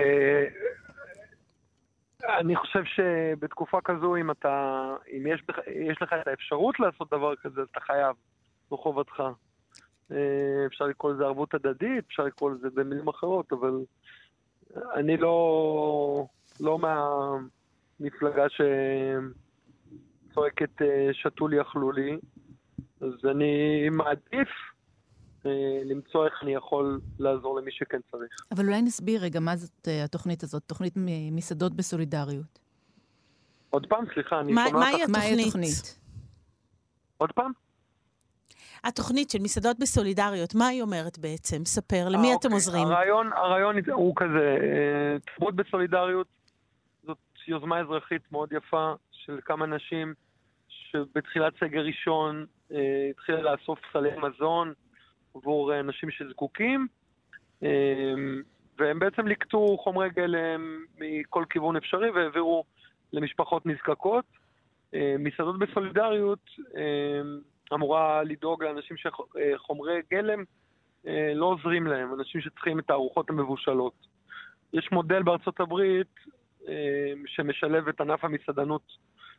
אני חושב שבתקופה כזו, אם אתה, אם יש, יש לך את האפשרות לעשות דבר כזה, אתה חייב, זו חובתך. אפשר לקרוא לזה ערבות הדדית, אפשר לקרוא לזה במילים אחרות, אבל אני לא, לא מהמפלגה שצועקת שתו לי אכלו לי, אז אני מעדיף למצוא איך אני יכול לעזור למי שכן צריך. אבל אולי נסביר רגע מה זאת התוכנית הזאת, תוכנית מסעדות בסולידריות. עוד פעם, סליחה, אני שומע אותך. מהי התוכנית? עוד פעם? התוכנית של מסעדות בסולידריות, מה היא אומרת בעצם? ספר, למי אתם עוזרים? הרעיון, הרעיון הוא כזה, תרבות בסולידריות, זאת יוזמה אזרחית מאוד יפה של כמה אנשים שבתחילת סגר ראשון התחילה לאסוף סלי מזון עבור אנשים שזקוקים, והם בעצם לקטו חומרי גלם מכל כיוון אפשרי והעבירו למשפחות נזקקות. מסעדות בסולידריות אמורה לדאוג לאנשים שחומרי גלם לא עוזרים להם, אנשים שצריכים את הארוחות המבושלות. יש מודל בארצות הברית שמשלב את ענף המסעדנות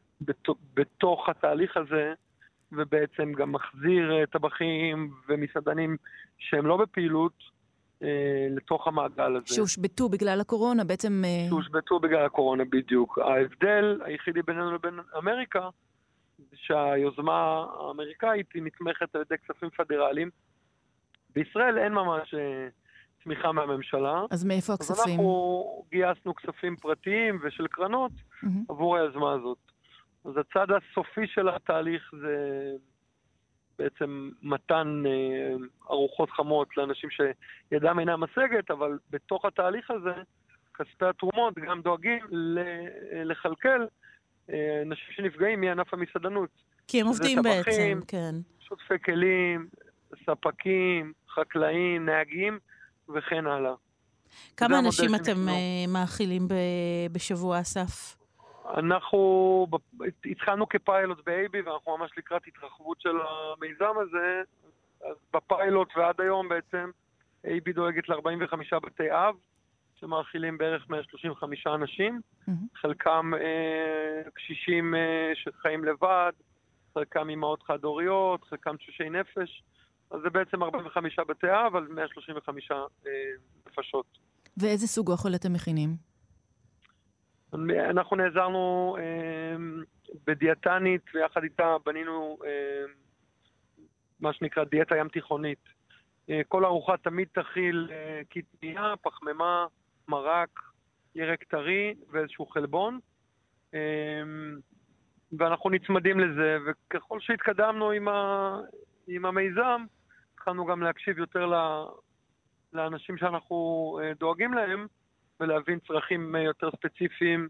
בתוך התהליך הזה, ובעצם גם מחזיר טבחים ומסעדנים שהם לא בפעילות לתוך המעגל הזה. שהושבטו בגלל הקורונה, בעצם... שהושבטו בגלל הקורונה, בדיוק. ההבדל היחידי בינינו לבין אמריקה, זה שהיוזמה האמריקאית היא נתמכת על ידי כספים פדרליים. בישראל אין ממש תמיכה מהממשלה. אז מאיפה הכספים? אז אנחנו גייסנו כספים פרטיים ושל קרנות mm-hmm. עבור היוזמה הזאת. אז הצד הסופי של התהליך זה בעצם מתן אה, ארוחות חמות לאנשים שידם אינה משגת, אבל בתוך התהליך הזה, כספי התרומות גם דואגים לחלקל אה, אנשים שנפגעים מענף המסעדנות. כי הם עובדים טבחים, בעצם, כן. שותפי כלים, ספקים, חקלאים, נהגים וכן הלאה. כמה אנשים אתם מאכילים בשבוע, אסף? אנחנו התחלנו כפיילוט ב-איי בי, ואנחנו ממש לקראת התרחבות של המיזם הזה. אז בפיילוט ועד היום בעצם, איי בי דואגת ל-ארבעים וחמישה בתי אב, שמאכילים בערך מאה שלושים וחמישה אנשים. Mm-hmm. חלקם אה, קשישים אה, שחיים לבד, חלקם אימהות חד-הוריות, חלקם תשושי נפש. אז זה בעצם ארבעים וחמישה בתי אב על מאה שלושים וחמישה אה, נפשות. ואיזה סוג אוכל אתם מכינים? אנחנו נעזרנו אה, בדיאטנית, ויחד איתה בנינו אה, מה שנקרא דיאטה ים תיכונית. אה, כל ארוחה תמיד תכיל אה, קטניה, פחמימה, מרק, ירק טרי ואיזשהו חלבון. אה, ואנחנו נצמדים לזה, וככל שהתקדמנו עם, ה, עם המיזם, התחלנו גם להקשיב יותר ל, לאנשים שאנחנו אה, דואגים להם, ולהבין צרכים יותר ספציפיים,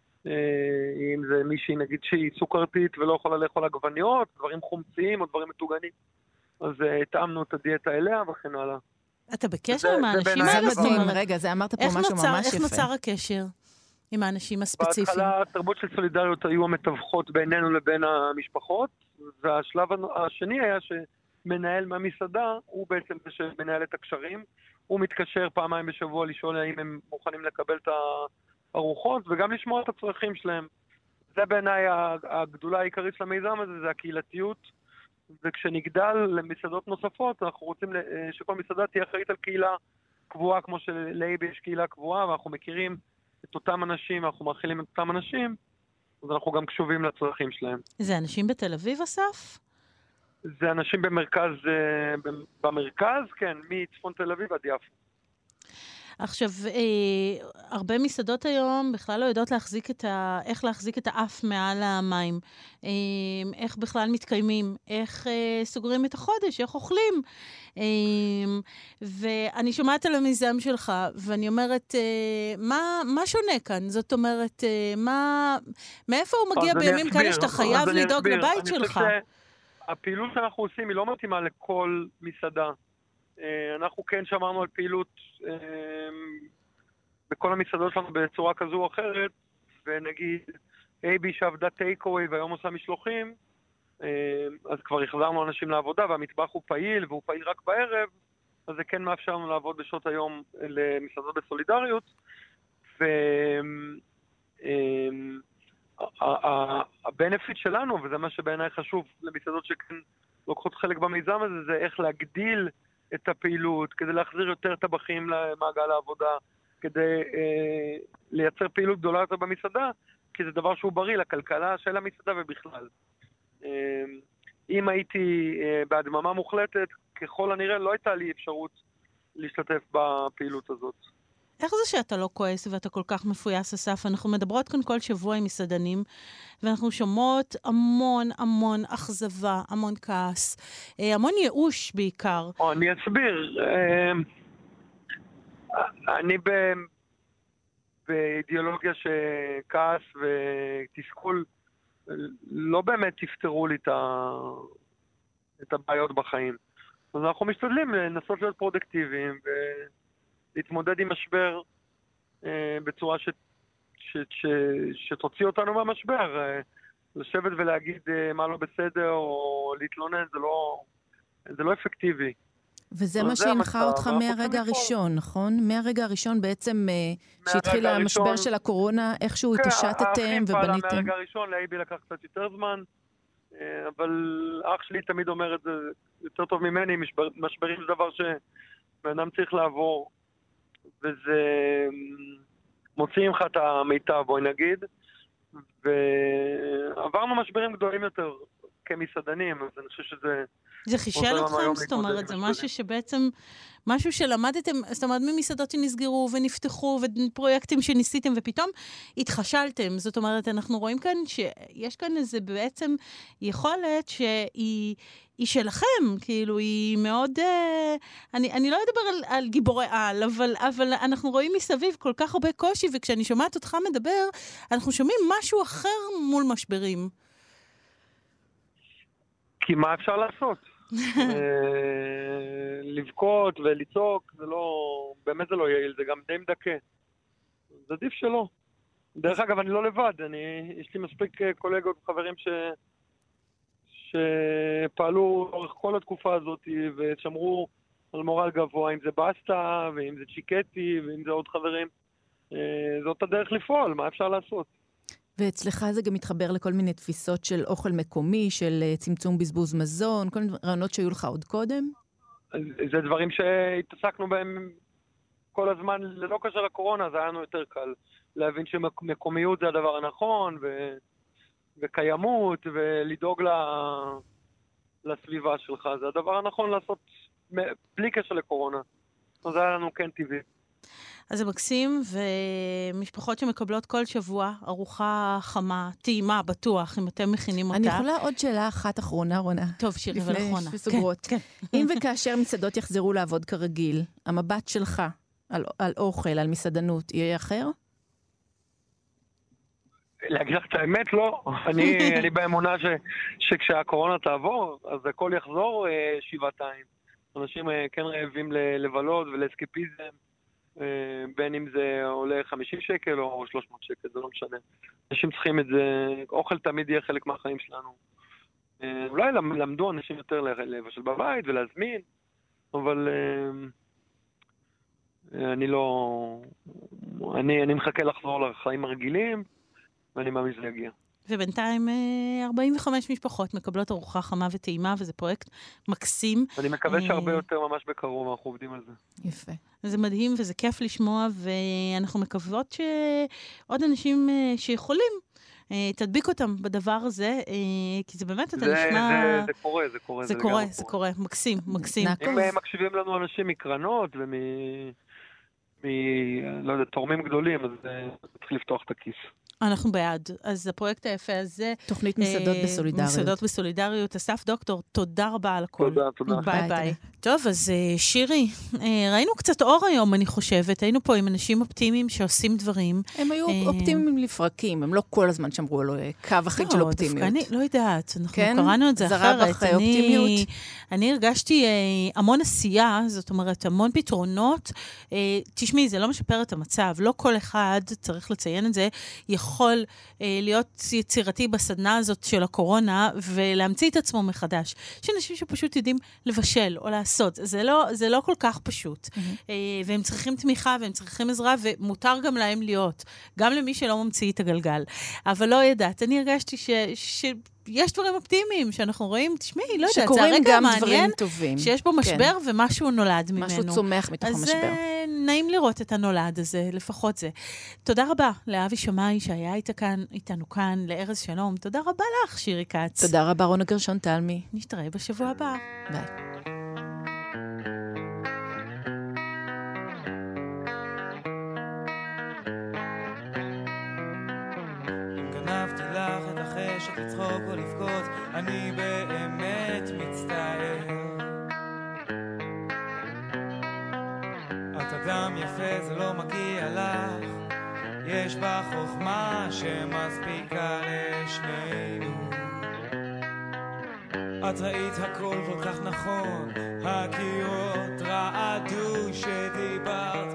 אם זה מישהי נגיד שהיא סוכרתית ולא יכולה לאכול עגבניות, דברים חומציים או דברים מטוגנים. אז התאמנו את הדיאטה אליה וכן הלאה. אתה בקשר עם האנשים האלה? רגע, זה אמרת פה משהו ממש יפה. איך נוצר הקשר עם האנשים הספציפיים? בהתחלה תרבות של סולידריות היו המתווכות בינינו לבין המשפחות, והשלב השני היה שמנהל מהמסעדה הוא בעצם זה שמנהל את הקשרים, הוא מתקשר פעמיים בשבוע לשאול האם הם מוכנים לקבל את הארוחות, וגם לשמוע את הצרכים שלהם. זה בעיניי הגדולה העיקרית של המיזם הזה, זה הקהילתיות, וכשנגדל למסעדות נוספות, אנחנו רוצים שכל מסעדה תהיה אחראית על קהילה קבועה, כמו שלאיי בי יש קהילה קבועה, ואנחנו מכירים את אותם אנשים, ואנחנו מאכילים את אותם אנשים, אז אנחנו גם קשובים לצרכים שלהם. זה אנשים בתל אביב, אסף? זה אנשים במרכז, במרכז, כן, מצפון תל אביב עד יפו. עכשיו, אה, הרבה מסעדות היום בכלל לא יודעות להחזיק את ה, איך להחזיק את האף מעל המים, אה, איך בכלל מתקיימים, איך אה, סוגרים את החודש, איך אוכלים. אה, ואני שומעת על המיזם שלך, ואני אומרת, אה, מה, מה שונה כאן? זאת אומרת, אה, מה, מאיפה הוא מגיע בימים כאלה שאתה חייב לדאוג לבית שלך? הפעילות שאנחנו עושים היא לא מתאימה לכל מסעדה. אנחנו כן שמרנו על פעילות בכל המסעדות שלנו בצורה כזו או אחרת, ונגיד איי בי שעבדה טייק-אווי והיום עושה משלוחים, אז כבר החזרנו אנשים לעבודה, והמטבח הוא פעיל, והוא פעיל רק בערב, אז זה כן מאפשר לנו לעבוד בשעות היום למסעדות בסולידריות, והבנפיט שלנו, וזה מה שבעיניי חשוב למסעדות שכן לוקחות חלק במיזם הזה, זה איך להגדיל את הפעילות, כדי להחזיר יותר טבחים למעגל העבודה, כדי אה, לייצר פעילות גדולה יותר במסעדה, כי זה דבר שהוא בריא לכלכלה של המסעדה ובכלל. אה, אם הייתי אה, בהדממה מוחלטת, ככל הנראה לא הייתה לי אפשרות להשתתף בפעילות הזאת. איך זה שאתה לא כועס ואתה כל כך מפויס, אסף? אנחנו מדברות כאן כל שבוע עם מסעדנים, ואנחנו שומעות המון המון אכזבה, המון כעס, המון ייאוש בעיקר. או, אני אסביר. אני ב... באידיאולוגיה שכעס ותסכול לא באמת תפתרו לי את, ה... את הבעיות בחיים. אז אנחנו משתדלים לנסות להיות פרודקטיביים ו... להתמודד עם משבר אה, בצורה ש, ש, ש, שתוציא אותנו מהמשבר. אה, לשבת ולהגיד אה, מה לא בסדר או להתלונן, זה לא, זה לא אפקטיבי. וזה מה שהנחה אותך מהרגע הראשון, נכון? מהרגע הראשון בעצם אה, שהתחיל המשבר הראשון, של הקורונה, איכשהו כן, התעשתתם ובניתם. מהרגע הראשון, לאיבי לקח קצת יותר זמן, אה, אבל אח שלי תמיד אומר את זה יותר טוב ממני, משבר, משברים זה דבר שבאדם צריך לעבור. וזה מוציא ממך את המיטב, בואי נגיד, ועברנו משברים גדולים יותר כמסעדנים, אז אני חושב שזה... זה חישל אתכם, זאת אומרת, זה משהו שבעצם, משהו שלמדתם, זאת אומרת, ממסעדות שנסגרו ונפתחו, ופרויקטים שניסיתם, ופתאום התחשלתם, זאת אומרת, אנחנו רואים כאן שיש כאן איזה בעצם יכולת שהיא... היא שלכם, כאילו, היא מאוד... אה, אני, אני לא אדבר על, על גיבורי על, אבל, אבל אנחנו רואים מסביב כל כך הרבה קושי, וכשאני שומעת אותך מדבר, אנחנו שומעים משהו אחר מול משברים. כי מה אפשר לעשות? לבכות ולצעוק, זה לא... באמת זה לא יעיל, זה גם די מדכא. זה עדיף שלא. דרך אגב, אני לא לבד, אני, יש לי מספיק קולגות וחברים ש... שפעלו לאורך כל התקופה הזאת ושמרו על מורל גבוה, אם זה בסטה ואם זה צ'יקטי ואם זה עוד חברים. זאת הדרך לפעול, מה אפשר לעשות? ואצלך זה גם מתחבר לכל מיני תפיסות של אוכל מקומי, של צמצום בזבוז מזון, כל מיני רעיונות שהיו לך עוד קודם? זה דברים שהתעסקנו בהם כל הזמן, ללא קשר לקורונה, זה היה לנו יותר קל להבין שמקומיות זה הדבר הנכון ו... וקיימות, ולדאוג לסביבה שלך. זה הדבר הנכון לעשות בלי קשר לקורונה. אז זה היה לנו כן טבעי. אז זה מקסים, ומשפחות שמקבלות כל שבוע ארוחה חמה, טעימה, בטוח, אם אתם מכינים אותה. אני יכולה עוד שאלה אחת אחרונה, רונה. טוב, שירי ולאחרונה. לפני שסוגרות. כן, כן. אם וכאשר מסעדות יחזרו לעבוד כרגיל, המבט שלך על, על אוכל, על מסעדנות, יהיה אחר? להגיד לך את האמת, לא. אני, אני באמונה ש, שכשהקורונה תעבור, אז הכל יחזור אה, שבעתיים. אנשים אה, כן רעבים לבלות ולאסקפיזם, אה, בין אם זה עולה חמישים שקל או שלוש מאות שקל, זה לא משנה. אנשים צריכים את זה, אוכל תמיד יהיה חלק מהחיים שלנו. אה, אולי למדו אנשים יותר לבשל בבית ולהזמין, אבל אה, אני לא... אני, אני מחכה לחזור לחיים הרגילים, ואני מאמין שזה יגיע. ובינתיים ארבעים וחמש משפחות מקבלות ארוחה חמה וטעימה, וזה פרויקט מקסים. אני מקווה שהרבה יותר ממש בקרוב, אנחנו עובדים על זה. יפה. זה מדהים וזה כיף לשמוע, ואנחנו מקוות שעוד אנשים שיכולים, תדביק אותם בדבר הזה, כי זה באמת, אתה נשמע... זה קורה, זה קורה. זה קורה, זה קורה. מקסים, מקסים. אם מקשיבים לנו אנשים מקרנות ומ... לא יודע, תורמים גדולים, אז צריך לפתוח את הכיס. אנחנו בעד. אז הפרויקט היפה הזה... תוכנית מסעדות בסולידריות. מסעדות בסולידריות. אסף דוקטור, תודה רבה על הכל. תודה, תודה. ביי ביי. טוב, אז שירי, ראינו קצת אור היום, אני חושבת. היינו פה עם אנשים אופטימיים שעושים דברים. הם היו אופטימיים לפרקים, הם לא כל הזמן שמרו על קו אחיד של אופטימיות. דווקא אני לא יודעת, אנחנו קראנו את זה אחרת. זרה בך אופטימיות. אני הרגשתי המון עשייה, זאת אומרת, המון פתרונות. תשמעי, זה לא משפר את המצב. לא כל אחד, צריך לציין את זה, יכול יכול אה, להיות יצירתי בסדנה הזאת של הקורונה, ולהמציא את עצמו מחדש. יש אנשים שפשוט יודעים לבשל או לעשות. זה לא, זה לא כל כך פשוט. Mm-hmm. אה, והם צריכים תמיכה, והם צריכים עזרה, ומותר גם להם להיות. גם למי שלא ממציא את הגלגל. אבל לא ידעת. אני הרגשתי ש... ש... יש דברים אופטימיים שאנחנו רואים, תשמעי, לא יודעת, זה הרגע מעניין, שיש בו משבר כן. ומשהו נולד ממנו. משהו צומח מתוך אז המשבר. אז נעים לראות את הנולד הזה, לפחות זה. תודה רבה לאבי שמאי שהיה איתה כאן, איתנו כאן, לארז שלום. תודה רבה לך, שירי כץ. תודה רבה, רונה גרשון תלמי. נתראה בשבוע הבא. ביי. לצחוק או לבכות, אני באמת מצטער. את אדם יפה, זה לא מגיע לך, יש בה חוכמה שמספיקה לשנינו. את ראית הכל כל כך נכון, הקירות רעדו שדיברת.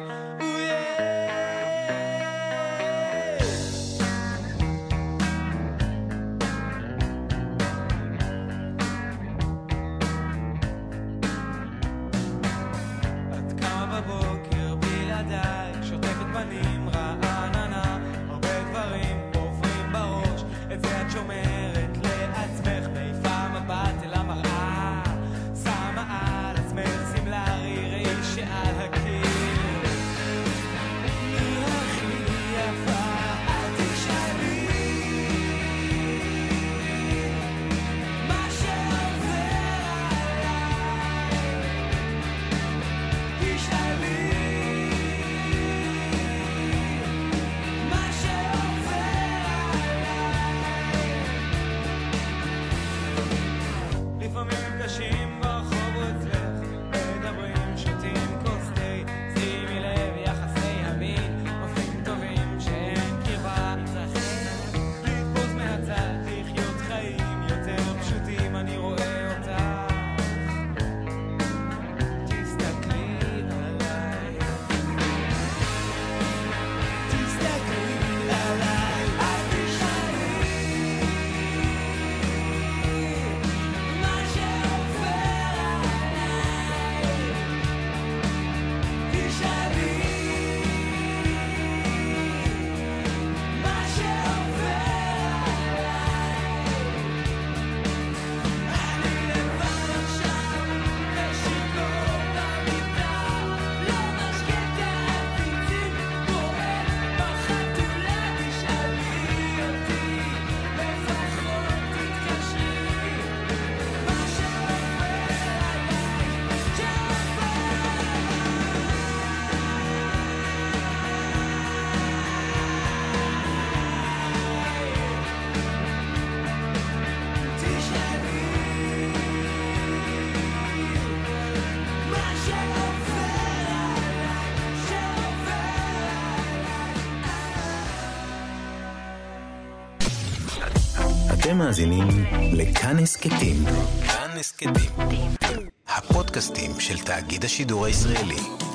אתם מאזינים לכאן הסכתים. כאן הסכתים. הפודקאסטים של תאגיד השידור הישראלי.